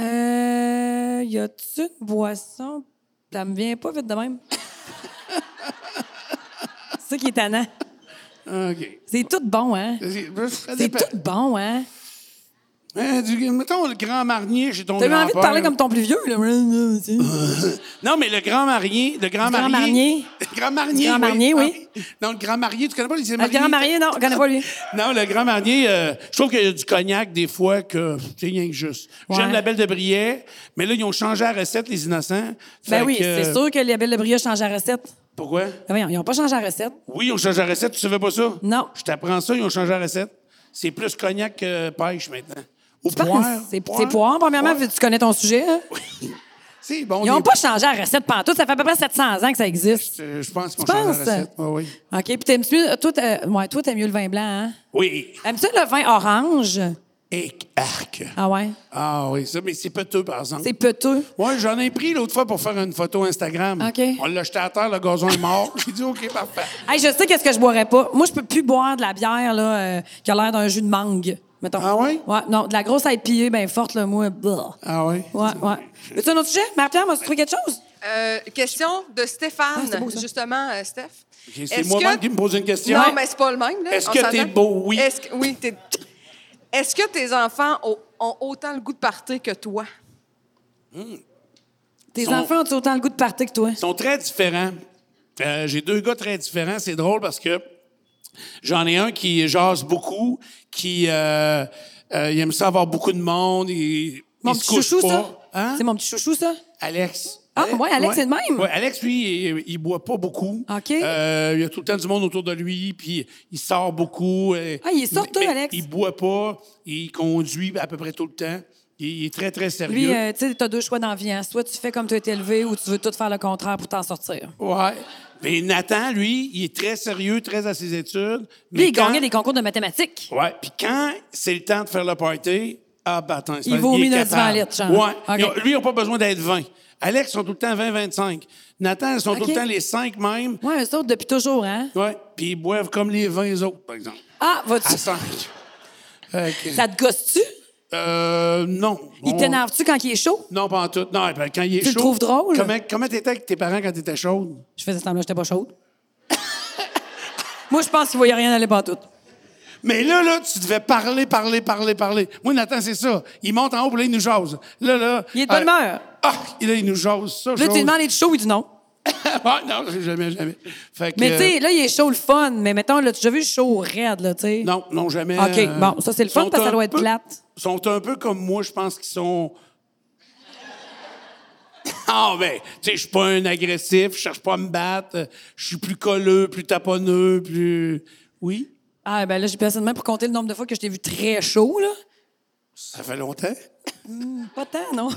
Y a-tu une boisson? Ça me vient pas vite de même. C'est ça qui est tannant. OK. C'est tout bon, hein? Ça C'est dépend. tout bon, hein? Mettons le Grand Marnier chez ton T'as eu grand-père. envie de parler comme ton plus vieux, là? Non, mais le Grand Marnier... Le Grand Grand Marnier. Le Grand Marnier, Grand Marnier, oui. Non, le Grand Marnier, tu connais pas les Le Grand Marnier, non, je connais pas lui. Non, le Grand Marnier, je trouve qu'il y a du cognac des fois que c'est rien que juste. Ouais. J'aime la Belle de Briey, mais là, ils ont changé la recette, les innocents. Ben Fait oui, que, c'est sûr que les Belles de Bria changent la recette. Pourquoi? Ben voyons, ils n'ont pas changé la recette. Oui, ils ont changé la recette, tu savais pas ça? Non. Je t'apprends ça, ils ont changé la recette. C'est plus cognac que pêche maintenant. Ou Tu penses? poire. C'est poire, premièrement, Poire. tu connais ton sujet. Hein? C'est bon. Ils n'ont pas changé la recette pantoute. Ça fait à peu près 700 ans que ça existe. Je pense qu'ils ont Tu changé la penses? recette. Oui, oui. OK, puis t'aimes-tu mieux... Toi, t'aimes mieux le vin blanc, hein? Oui. Aimes-tu le vin orange? Et arc. Ah ouais? Ah oui, ça, mais c'est peteux, par exemple. C'est peteux. Oui, j'en ai pris l'autre fois pour faire une photo Instagram. OK. On l'a jeté à terre, le gazon est mort. J'ai dit, OK, parfait. Hey, je sais qu'est-ce que je boirais pas. Moi, je peux plus boire de la bière là, qui a l'air d'un jus de mangue, mettons. Ah oui? Ouais, non, de la grosse IPA bien forte, là, moi. Blah. Ah oui? Ouais. Veux-tu un autre sujet? Marie-Pierre, m'as-tu trouvé quelque chose? Question de Stéphane, c'est beau, ça. justement, Steph. OK, c'est Est-ce moi-même que- qui me pose une question. Non, mais c'est pas le même. Là. Est-ce On que s'entend? t'es beau? Oui. Oui, t'es... Est-ce que tes enfants ont autant le goût de partir que toi? Tes Sont- enfants ont autant le goût de partir que toi? Ils sont très différents. J'ai 2 gars très différents. C'est drôle parce que j'en ai un qui jase beaucoup, qui il aime ça avoir beaucoup de monde. Mon il se petit couche chouchou, pas. ça? Hein? C'est mon petit chouchou, ça? Alex. Ah, ouais, Alex, c'est le même? Ouais, Alex, lui, il boit pas beaucoup. OK. Il y a tout le temps du monde autour de lui, puis il sort beaucoup. Ah, il est sorteux, mais Alex. Il boit pas, il conduit à peu près tout le temps. Il est très, très Lui, sérieux. tu sais, t'as 2 choix dans la vie. Hein. Soit tu fais comme tu as été élevé ou tu veux tout faire le contraire pour t'en sortir. Ouais. Mais Nathan, lui, il est très sérieux, très à ses études. Lui, il quand- gagnait des concours de mathématiques. Ouais. Puis quand c'est le temps de faire le party, ah, ben attends. Il vomit est dans le capable. divan litre, genre. Ouais. OK. Lui, il n'a pas besoin d'être 20. Alex sont tout le temps 20-25. Nathan, ils sont tout le temps les 5 mêmes. Oui, eux autres, depuis toujours, hein? Oui, puis ils boivent comme les 20 autres, par exemple. Ah, vas-tu? À 5. Ça te gosse-tu? Non. Il t'énerve-tu quand il est chaud? Non, pas en tout. Non, ben, quand il est chaud... Tu le trouves drôle? Comment t'étais avec tes parents quand t'étais chaude? Je faisais semblant que j'étais pas chaude. Moi, je pense qu'il ne voyait rien aller pas tout. Mais là, tu devais parler. Moi, Nathan, c'est ça. Il monte en haut, puis là, il nous jase. Là... Il est de bonne humeur. Ah! Là, il nous jase. Ça, Là, tu lui demandes, es-tu chaud? Il dit non. Ah, non, jamais. Fait que, Mais tu sais, là, il est chaud le fun. Mais mettons, là, tu as déjà vu chaud raide, là, tu sais? Non, jamais. OK, bon, ça, c'est le fun parce que ça doit être plate. Ils sont un peu comme moi, je pense qu'ils sont... Ah, ben, tu sais, je suis pas un agressif, je cherche pas à me battre, je suis plus colleux, plus taponneux, plus... Oui? Ah, ben là, j'ai passé de main pour compter le nombre de fois que je t'ai vu très chaud, là. Ça fait longtemps? Pas tant, non?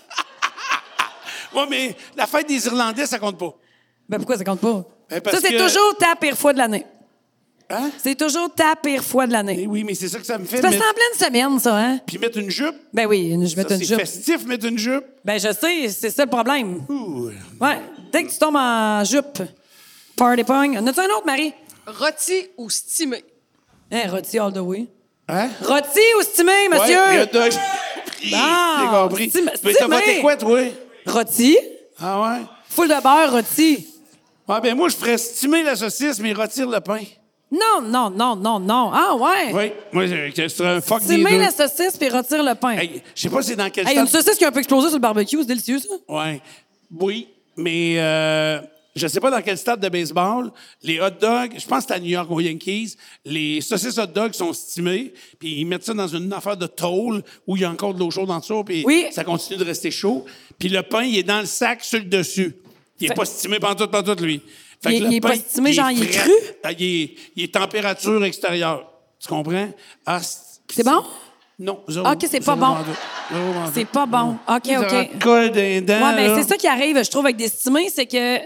Oui, mais la fête des Irlandais, ça compte pas. Ben pourquoi ça compte pas? Ben, parce ça, c'est que- toujours ta pire fois de l'année. Hein? C'est toujours ta pire fois de l'année. Eh oui, mais c'est ça que ça me fait. C'est parce que c'est en pleine semaine, ça, hein? Puis mettre une jupe. Ben oui, je mets Ça, une c'est jupe. festif, mettre une jupe. Ben je sais, c'est ça le problème. Ouh. Ouais, dès que tu tombes en jupe, party pong. En as-tu un autre, Marie? Rôti ou stimé? Hein, rôti all the way. Hein? Rôti ou stimé, monsieur? Ouais, hot dog. Ah, J'ai compris. Mais t'as voté quoi, toi? Rôti, Ah ouais? full de beurre, rôti. Ah ben moi, je ferais stimer la saucisse, mais retire le pain. Non. Ah ouais? Oui, moi, c'est un fuck des Stimer deux. la saucisse puis retire le pain. Hey, je sais pas c'est dans quel Hey, une stade... saucisse qui a un peu explosé sur le barbecue, c'est délicieux, ça? Ouais. Oui, mais je sais pas dans quel stade de baseball. Les hot dogs, je pense que c'est à New York aux Yankees, les saucisses hot dogs sont stimées, puis ils mettent ça dans une affaire de tôle où il y a encore de l'eau chaude en dessous, puis Oui. ça continue de rester chaud. Puis le pain, il est dans le sac sur le dessus. Il est pas stimé pantoute, lui. Fait que Il le est pas pain, stimé, genre, il est frais. cru? Ah, il est température extérieure. Tu comprends? Ah, C'est bon? Non, zéro. OK, c'est pas Zéro bon. mandat. Zéro mandat. C'est pas bon. OK. Ça colle d'un dent, Ouais, ben là. c'est ça qui arrive, je trouve, avec des stimés, c'est que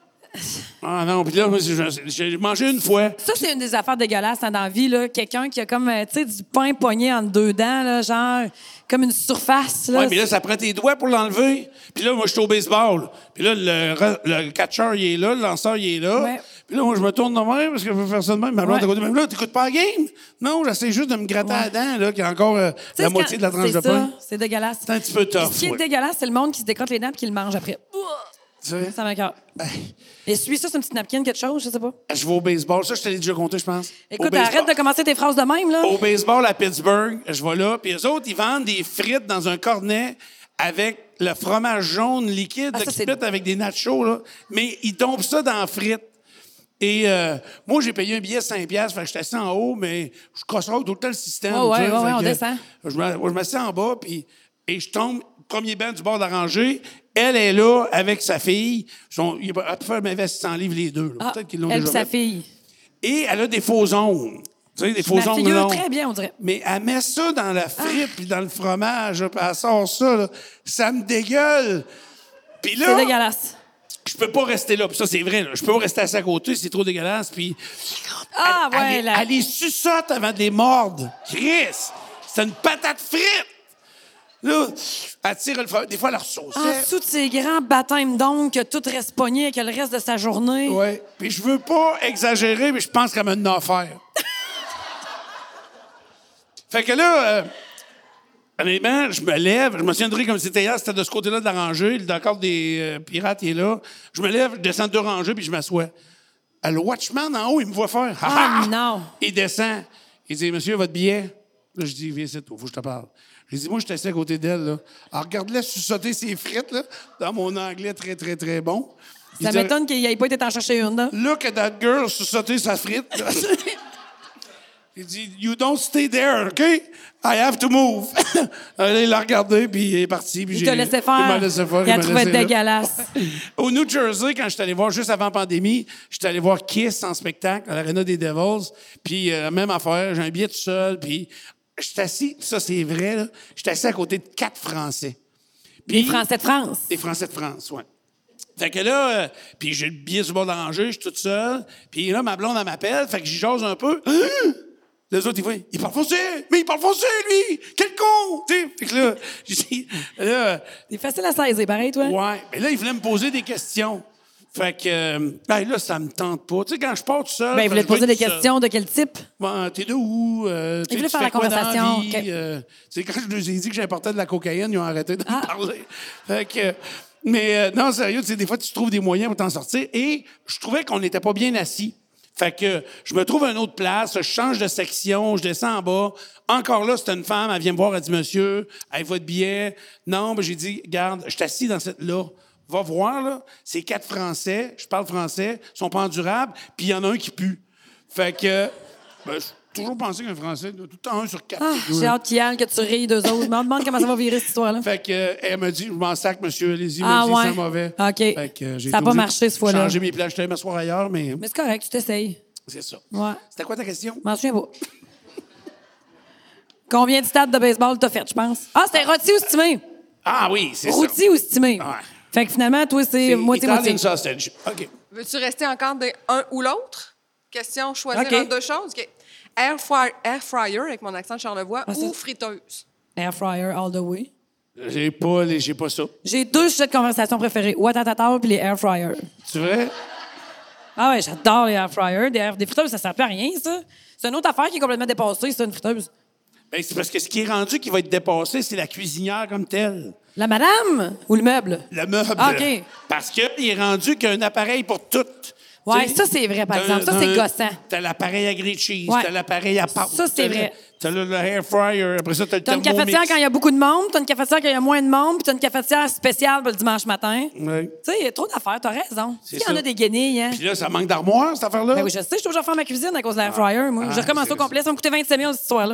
Ah non, puis là, moi, j'ai mangé une fois. ça, c'est une des affaires dégueulasses hein, dans la vie, là. Quelqu'un qui a comme, tu sais, du pain pogné entre deux dents, là, genre, comme une surface, là. Oui, mais là, ça prend tes doigts pour l'enlever. Puis là, moi, je suis au baseball. Puis là, le catcher, il est là, le lanceur, il est là. Ouais. Puis là, moi, je me tourne de même parce que je veux faire ça de même. Ma blonde Ouais. à côté, même là, t'écoutes pas la game? Non, j'essaie juste de me gratter la dent, là, qui a encore Tu sais, la moitié de la tranche c'est de pain. C'est dégueulasse. C'est un petit peu tough. Ce qui est ouais. dégueulasse, c'est le monde qui se décrotte les dents et qui le mange après. Tu sais? Ça m'écoeure. Et suis ça, c'est une petite napkin, quelque chose, je sais pas. Je vais au baseball. Ça, je te l'ai déjà compté, je pense. Écoute, Au baseball. arrête de commencer tes phrases de même, là. Au baseball à Pittsburgh, je vais là, puis eux autres, ils vendent des frites dans un cornet avec le fromage jaune liquide Ah, là, ça, qu'ils c'est- mettent avec des nachos, là. Mais ils tombent ça dans la frite. Et moi, j'ai payé un billet de 5$, fait que j'étais assis en haut, mais je crosserai tout le temps le système. Ouais, tu sais, ouais, fait on que descend. Je m'assieds en bas, puis et je tombe, premier banc du bord de la rangée. Elle est là avec sa fille. Elle peut faire mes 600 livres les deux. là. Ah, Peut-être qu'ils l'ont elle et déjà sa fait. fille. Et elle a des faux ongles. Tu sais, des faux Ma ongles figure longs. très bien, on dirait. Mais elle met ça dans la frite puis dans le fromage, là, puis elle sort ça, là. Ça me dégueule. Puis C'est là, dégueulasse. je peux pas rester là. Puis ça, c'est vrai, là. Je peux pas rester assis à côté, c'est trop dégueulasse. Puis Ah, ouais, elle, là. elle les suçote avant de les mordre. Chris, c'est une patate frite. Là, elle tire le fromage. Des fois, elle leur sauce. En dessous de ces grands baptêmes d'ongles que tout reste pogné avec le reste de sa journée. Ouais. Puis je veux pas exagérer, mais je pense qu'elle m'en a offert. Fait que là, honnêtement, je me lève. Je me souviendrai comme c'était hier, c'était de ce côté-là de la rangée. Le d'accord des pirates, il est là. Je me lève, je descends 2 rangées, puis je m'assois. Le watchman en haut, il me voit faire. Ah, non. Il descend. Il dit, monsieur, votre billet. Là, je dis, viens ici, faut que je te parle. J'ai dit, moi, je suis assis à côté d'elle, là. Alors, regarde-la suçoter ses frites, là, dans mon anglais très, très, très bon. Il Ça dit, m'étonne qu'il n'ait pas été t'en chercher une, là. Look at that girl suçoter sa frite. Il dit, you don't stay there, OK? I have to move. Là, il l'a regardé, puis il est parti. Puis Il te laissait faire. Il m'a laissé faire. Il a m'a trouvé laissé là. dégueulasse. Au New Jersey, quand j'étais allé voir, juste avant la pandémie, j'étais allé voir Kiss en spectacle à l'Arena des Devils. Puis, même affaire, j'ai un billet tout seul. Puis, j'étais assis, ça c'est vrai, là, j'étais assis à côté de 4 Français. Puis, Les Français de France. des Français de France, oui. Fait que là, puis j'ai le billet sur le bord de la rangée, je suis toute seule. Puis là, ma blonde, elle m'appelle, fait que j'y jase un peu. Les autres, ils voient, il parle français! Mais il parle français, lui! Quel con! Tu sais, fait que là, j'ai dit, là, C'est facile à saisir, pareil, toi. ouais. Mais là, il voulait me poser des questions. Fait que, ben là, ça me tente pas. Tu sais, quand je pars tout seul. Ben, il voulait te poser des questions. questions de quel type? Bon, t'es de où? Il voulait faire la conversation. OK. C'est quand je leur ai dit que j'importais de la cocaïne, ils ont arrêté de me parler. Fait que, mais non, sérieux, tu sais, des fois, tu trouves des moyens pour t'en sortir. Et je trouvais qu'on n'était pas bien assis. Fait que je me trouve à une autre place, je change de section, je descends en bas. Encore là, c'est une femme, elle vient me voir, elle dit, monsieur, avez votre billet? Non, ben, j'ai dit, garde, je suis assis dans cette là. Va voir, là, c'est 4 Français, je parle français, ils sont pas endurables, puis il y en a un qui pue. Fait que, ben, j'ai toujours pensé qu'un Français, tout le temps 1 sur 4. Ah, j'ai hâte qu'il y ait que tu ris d'eux autres. Je me demande comment ça va virer, cette histoire-là. Fait que, elle m'a dit, je m'en sac, monsieur, allez-y, Ah, merci, ouais. c'est mauvais. OK. Fait que, j'ai Ça a été pas obligé marché, de cette fois-là. changer mes plages, je t'allais m'asseoir ailleurs, mais Mais c'est correct, tu t'essayes. c'est ça. Ouais. C'était quoi ta question? Je m'en souviens pas. Combien de stades de baseball t'as fait, je pense? Ah, c'était rôti ou stimé? Ah oui, c'est ça. Rôti ou stimé? Ouais. Fait que finalement, toi, c'est moitié-moitié. Italian sausage. OK. Veux-tu rester encore des un ou l'autre? Question, choisir OK. entre deux choses. OK. Air fryer, avec mon accent de Charlevoix, Ah, ça- ou friteuse? Air fryer all the way. J'ai pas ça. J'ai 2 sujets de conversation préférés. Ouattatata puis les air fryers. Tu vrai? Ah ouais, j'adore les air fryers. Des friteuses, ça sert plus à rien, ça. C'est une autre affaire qui est complètement dépassée, ça, une friteuse. Ben, c'est parce que ce qui est rendu qui va être dépassé, c'est la cuisinière comme telle. La madame ou le meuble? Le meuble. Ah, OK. Parce qu'il est rendu qu'il y a un appareil pour tout. Ouais, Tu sais, ça, c'est vrai, par exemple. Ça, c'est gossant. T'as l'appareil à grilled cheese, Ouais. t'as l'appareil à pâte. Ça, c'est vrai. T'as le air fryer, après ça, t'as le T'as une thermomix. cafetière quand il y a beaucoup de monde, t'as une cafetière quand il y a moins de monde, puis t'as une cafetière spéciale pour le dimanche matin. Ouais. Tu sais, il y a trop d'affaires, t'as raison. C'est Il y en ça. a des guenilles, hein? Puis là, ça manque d'armoire, cette affaire-là. Ben oui, je sais, je suis toujours faire ma cuisine à cause de l'air fryer, moi. J'ai recommencé c'est au complet, ça m'a coûté 27 000, cette histoire-là.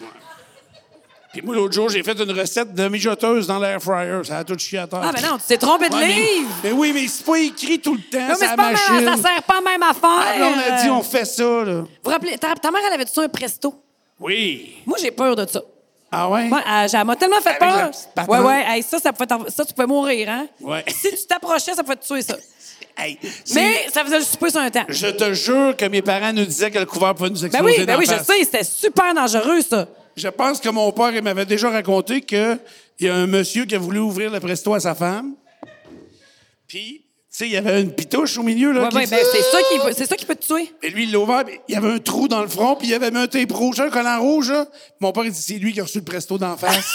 Puis moi, l'autre jour, j'ai fait une recette de mijoteuse dans l'air fryer. Ça a tout chié à terre. Ah, ben non, tu t'es trompé de Ouais, livre! mais oui, mais c'est pas écrit tout le temps, Non, mais c'est c'est la pas machine. même, ça sert pas à même affaire! Ah, là, on a dit, on fait ça, là. Vous vous rappelez, ta mère, elle avait-tu un presto? Oui. Moi, j'ai peur de ça. Ah ouais? Moi, elle m'a tellement fait Avec la peur. petite patente. Ouais. Hey, ça tu pouvais mourir, hein? Ouais. Si tu t'approchais, ça pouvait te tuer, ça. Hey, Mais ça faisait le souper sur un temps. Je te jure que mes parents nous disaient que le couvert pouvait nous exploser Ben dans oui, la je face. sais, c'était super dangereux, ça. Je pense que mon père, il m'avait déjà raconté qu'il y a un monsieur qui a voulu ouvrir le presto à sa femme. Puis, tu sais, il y avait une pitouche au milieu, là. Ouais, qui ben, faisait- c'est ça qui peut te tuer. Et lui, il l'a ouvert, puis il y avait un trou dans le front, puis il avait mis un tape rouge, un collant rouge, là. Puis mon père, il dit, c'est lui qui a reçu le presto d'en face.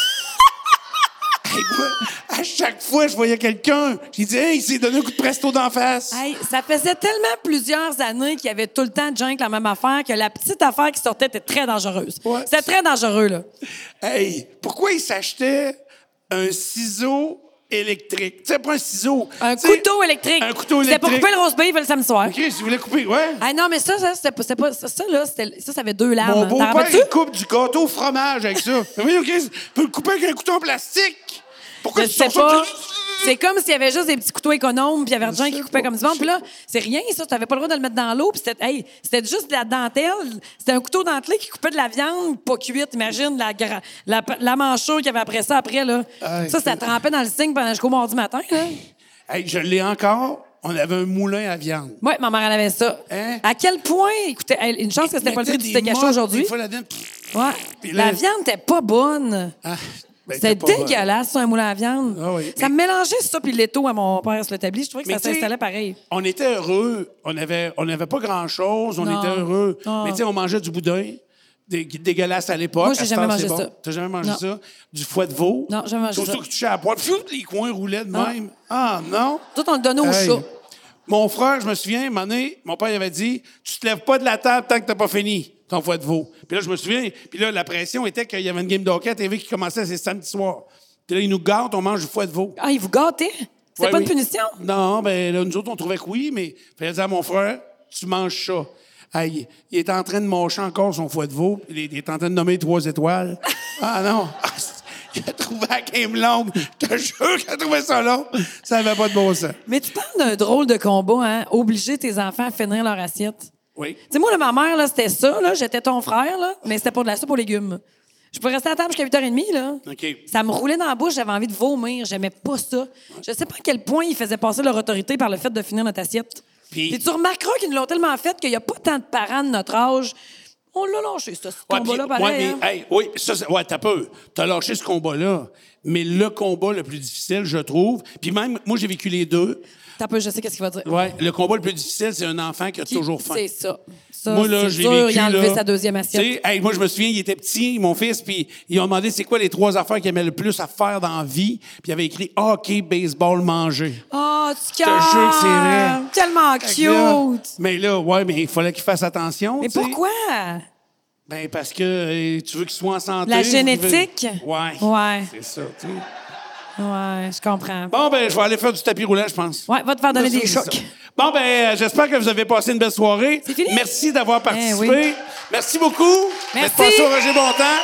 Hey, moi, à chaque fois, je voyais quelqu'un, j'ai dit, hey, il s'est donné un coup de presto d'en face. Hey, ça faisait tellement plusieurs années qu'il y avait tout le temps de gens avec la même affaire que la petite affaire qui sortait était très dangereuse. Ouais. C'était très dangereux, là. Hey, pourquoi il s'achetait un ciseau électrique? Tu sais, pas un ciseau. Un tu sais, couteau électrique. Un couteau C'était pour électrique. couper le roast beef le samedi soir. OK, si vous voulez couper, ouais. Ah non, mais ça c'était pas ça là, ça avait 2 lames. Mon T'en beau-père, rappelles-tu? il coupe du gâteau au fromage avec ça. Mais oui, OK, tu peux le couper avec un couteau en plastique. Pourquoi Je tu sais sors ça? pas. C'est comme s'il y avait juste des petits couteaux économes, puis il y avait des gens qui coupaient comme du monde. Puis là, c'est rien, ça. Tu n'avais pas le droit de le mettre dans l'eau. Puis c'était juste de la dentelle. C'était un couteau dentelé qui coupait de la viande pas cuite. Imagine la manchure qu'il y avait après ça, après, là. Hey, Ça trempait dans le signe pendant jusqu'au mardi matin, là. Hey, je l'ai encore. On avait un moulin à viande. Oui, ma mère, elle avait ça. Hein? À quel point, écoutez, une chance que c'était pas le prix du steak haché aujourd'hui. Des fois, là-dedans, Ouais. Puis là- La viande n'était pas bonne. ah, ben, C'était t'es pas bonne. dégueulasse, ça, un moulin à viande. Ah oui, Ça me mélangeait ça puis l'étau à mon père sur l'établi. Je trouvais que Mais ça tu sais, s'installait pareil. On était heureux. On n'avait pas grand-chose. On Non. était heureux. Non. Mais tu sais, on mangeait du boudin. Dégueulasse à l'époque. Moi, j'ai À ce jamais temps, mangé c'est ça. bon. T'as jamais mangé Non. ça? Du foie de veau? Non, jamais mangé Surtout ça. que tu touchais à la poêle. Pfiou, les coins roulaient de même. Ah, non? Tout, on le donnait au Hey. chat. Mon frère, je me souviens, un moment donné, mon père il avait dit, tu te lèves pas de la table tant que t'as pas fini ton foie de veau. Puis là, je me souviens, puis là, la pression était qu'il y avait une game de hockey à TV qui commençait ces samedis soirs. Puis là, ils nous gâtent, on mange du foie de veau. Ah, il vous gâtait? C'était Ouais, pas oui. une punition? Non, ben là, nous autres, on trouvait que oui, mais il fallait dire à mon frère, tu manges ça. Hey, il est en train de mâcher encore son foie de veau. Il est en train de nommer 3 étoiles. Ah non! Ah, il a trouvé la game longue. Je te jure qu'il a trouvé ça long. Ça n'avait pas de bon sens. Mais tu parles d'un drôle de combat, hein? Obliger tes enfants à finir leur assiette. Oui. Tu sais, moi, là, ma mère, là, c'était ça, là. J'étais ton frère, là. Mais c'était pour de la soupe aux légumes. Je pouvais rester à table jusqu'à 8h30, là. OK. Ça me roulait dans la bouche, j'avais envie de vomir. J'aimais pas ça. Je sais pas à quel point ils faisaient passer leur autorité par le fait de finir notre assiette. Puis- Puis tu remarqueras qu'ils nous l'ont tellement fait qu'il y a pas tant de parents de notre âge. On l'a lâché, ce Ouais, combat-là, puis- pareil. ouais, mais, hey, oui, ça, ouais, t'as peu. T'as lâché ce combat-là. Mais le combat le plus difficile, je trouve, puis même, moi, j'ai vécu les deux. T'as peu, je sais qu'est-ce qu'il va dire. Ouais, le combat le plus difficile, c'est un enfant qui a toujours faim. C'est ça. Ça, Moi, là, c'est j'ai sûr, vécu, il a enlevé là, sa deuxième assiette. tu sais, hey, moi, je me souviens, il était petit, mon fils, puis ils ont demandé c'est quoi les 3 affaires qu'il aimait le plus à faire dans la vie, puis il avait écrit hockey, baseball, manger. Oh, tu te jure que c'est vrai. Tellement Fait que là, cute! mais là, ouais, mais il fallait qu'il fasse attention. Mais tu sais. pourquoi? Ben, parce que tu veux qu'il soit en santé. La tu veux- génétique? Ouais. Ouais. C'est ça, tu sais. Ouais, je comprends. Bon, ben, je vais aller faire du tapis roulant, je pense. Ouais, va te faire donner Ça, des c'est chocs. ça. Bon, ben, j'espère que vous avez passé une belle soirée. C'est fini? Merci d'avoir participé. oui. Merci beaucoup. Merci. D'être passé au Roger Bontemps.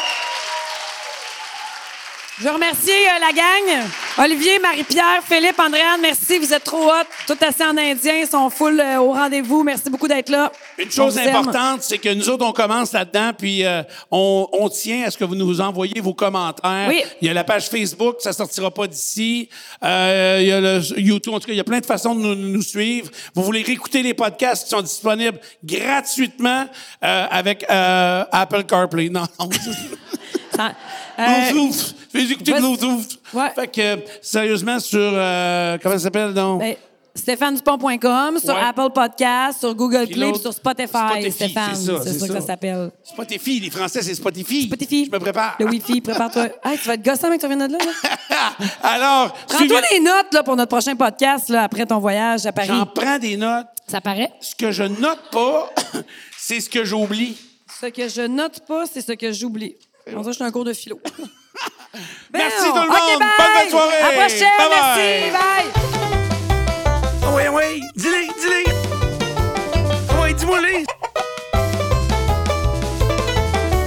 Je remercie la gang. Olivier, Marie-Pierre, Philippe, Andréane, merci. Vous êtes trop hot. Tout assis en indien, ils sont full au rendez-vous. Merci beaucoup d'être là. Une chose On vous aime. importante, c'est que nous autres, on commence là-dedans, puis on tient à ce que vous nous envoyiez vos commentaires. Oui. Il y a la page Facebook, ça sortira pas d'ici. Il y a le YouTube. En tout cas, il y a plein de façons de nous suivre. Vous voulez réécouter les podcasts qui sont disponibles gratuitement avec Apple CarPlay. Non, non. Ça- Bluetooth. Fais écouter vas- Bluetooth. Ouais. Fait que, sérieusement, sur... comment ça s'appelle, donc? Ben, StéphaneDupont.com, sur Ouais. Apple Podcast, sur Google Puis Play, l'autre, puis sur Spotify, Spotify, Stéphane. c'est ça, C'est c'est ça que ça. ça s'appelle. Spotify. Les Français, c'est Spotify. Spotify. Je me prépare. Le Wi-Fi, prépare-toi. Hey, tu vas être gossant avec que tu reviens de là, là? Alors, Prends-toi des notes là, pour notre prochain podcast là, après ton voyage à Paris. j'en prends des notes. Ça paraît? Ce que je note pas, c'est ce que j'oublie. Ce que je note pas, c'est ce que j'oublie. On dirait que je suis un cours de philo. Merci Ben, tout le monde. OK, bye. Bonne belle soirée. À la prochaine. Bye Merci. bye. Bye. Oui, oui. Dis-les. Oui, dis-moi-les.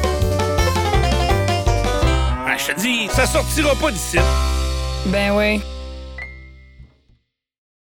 Ah, je te dis, ça sortira pas d'ici. Ben oui.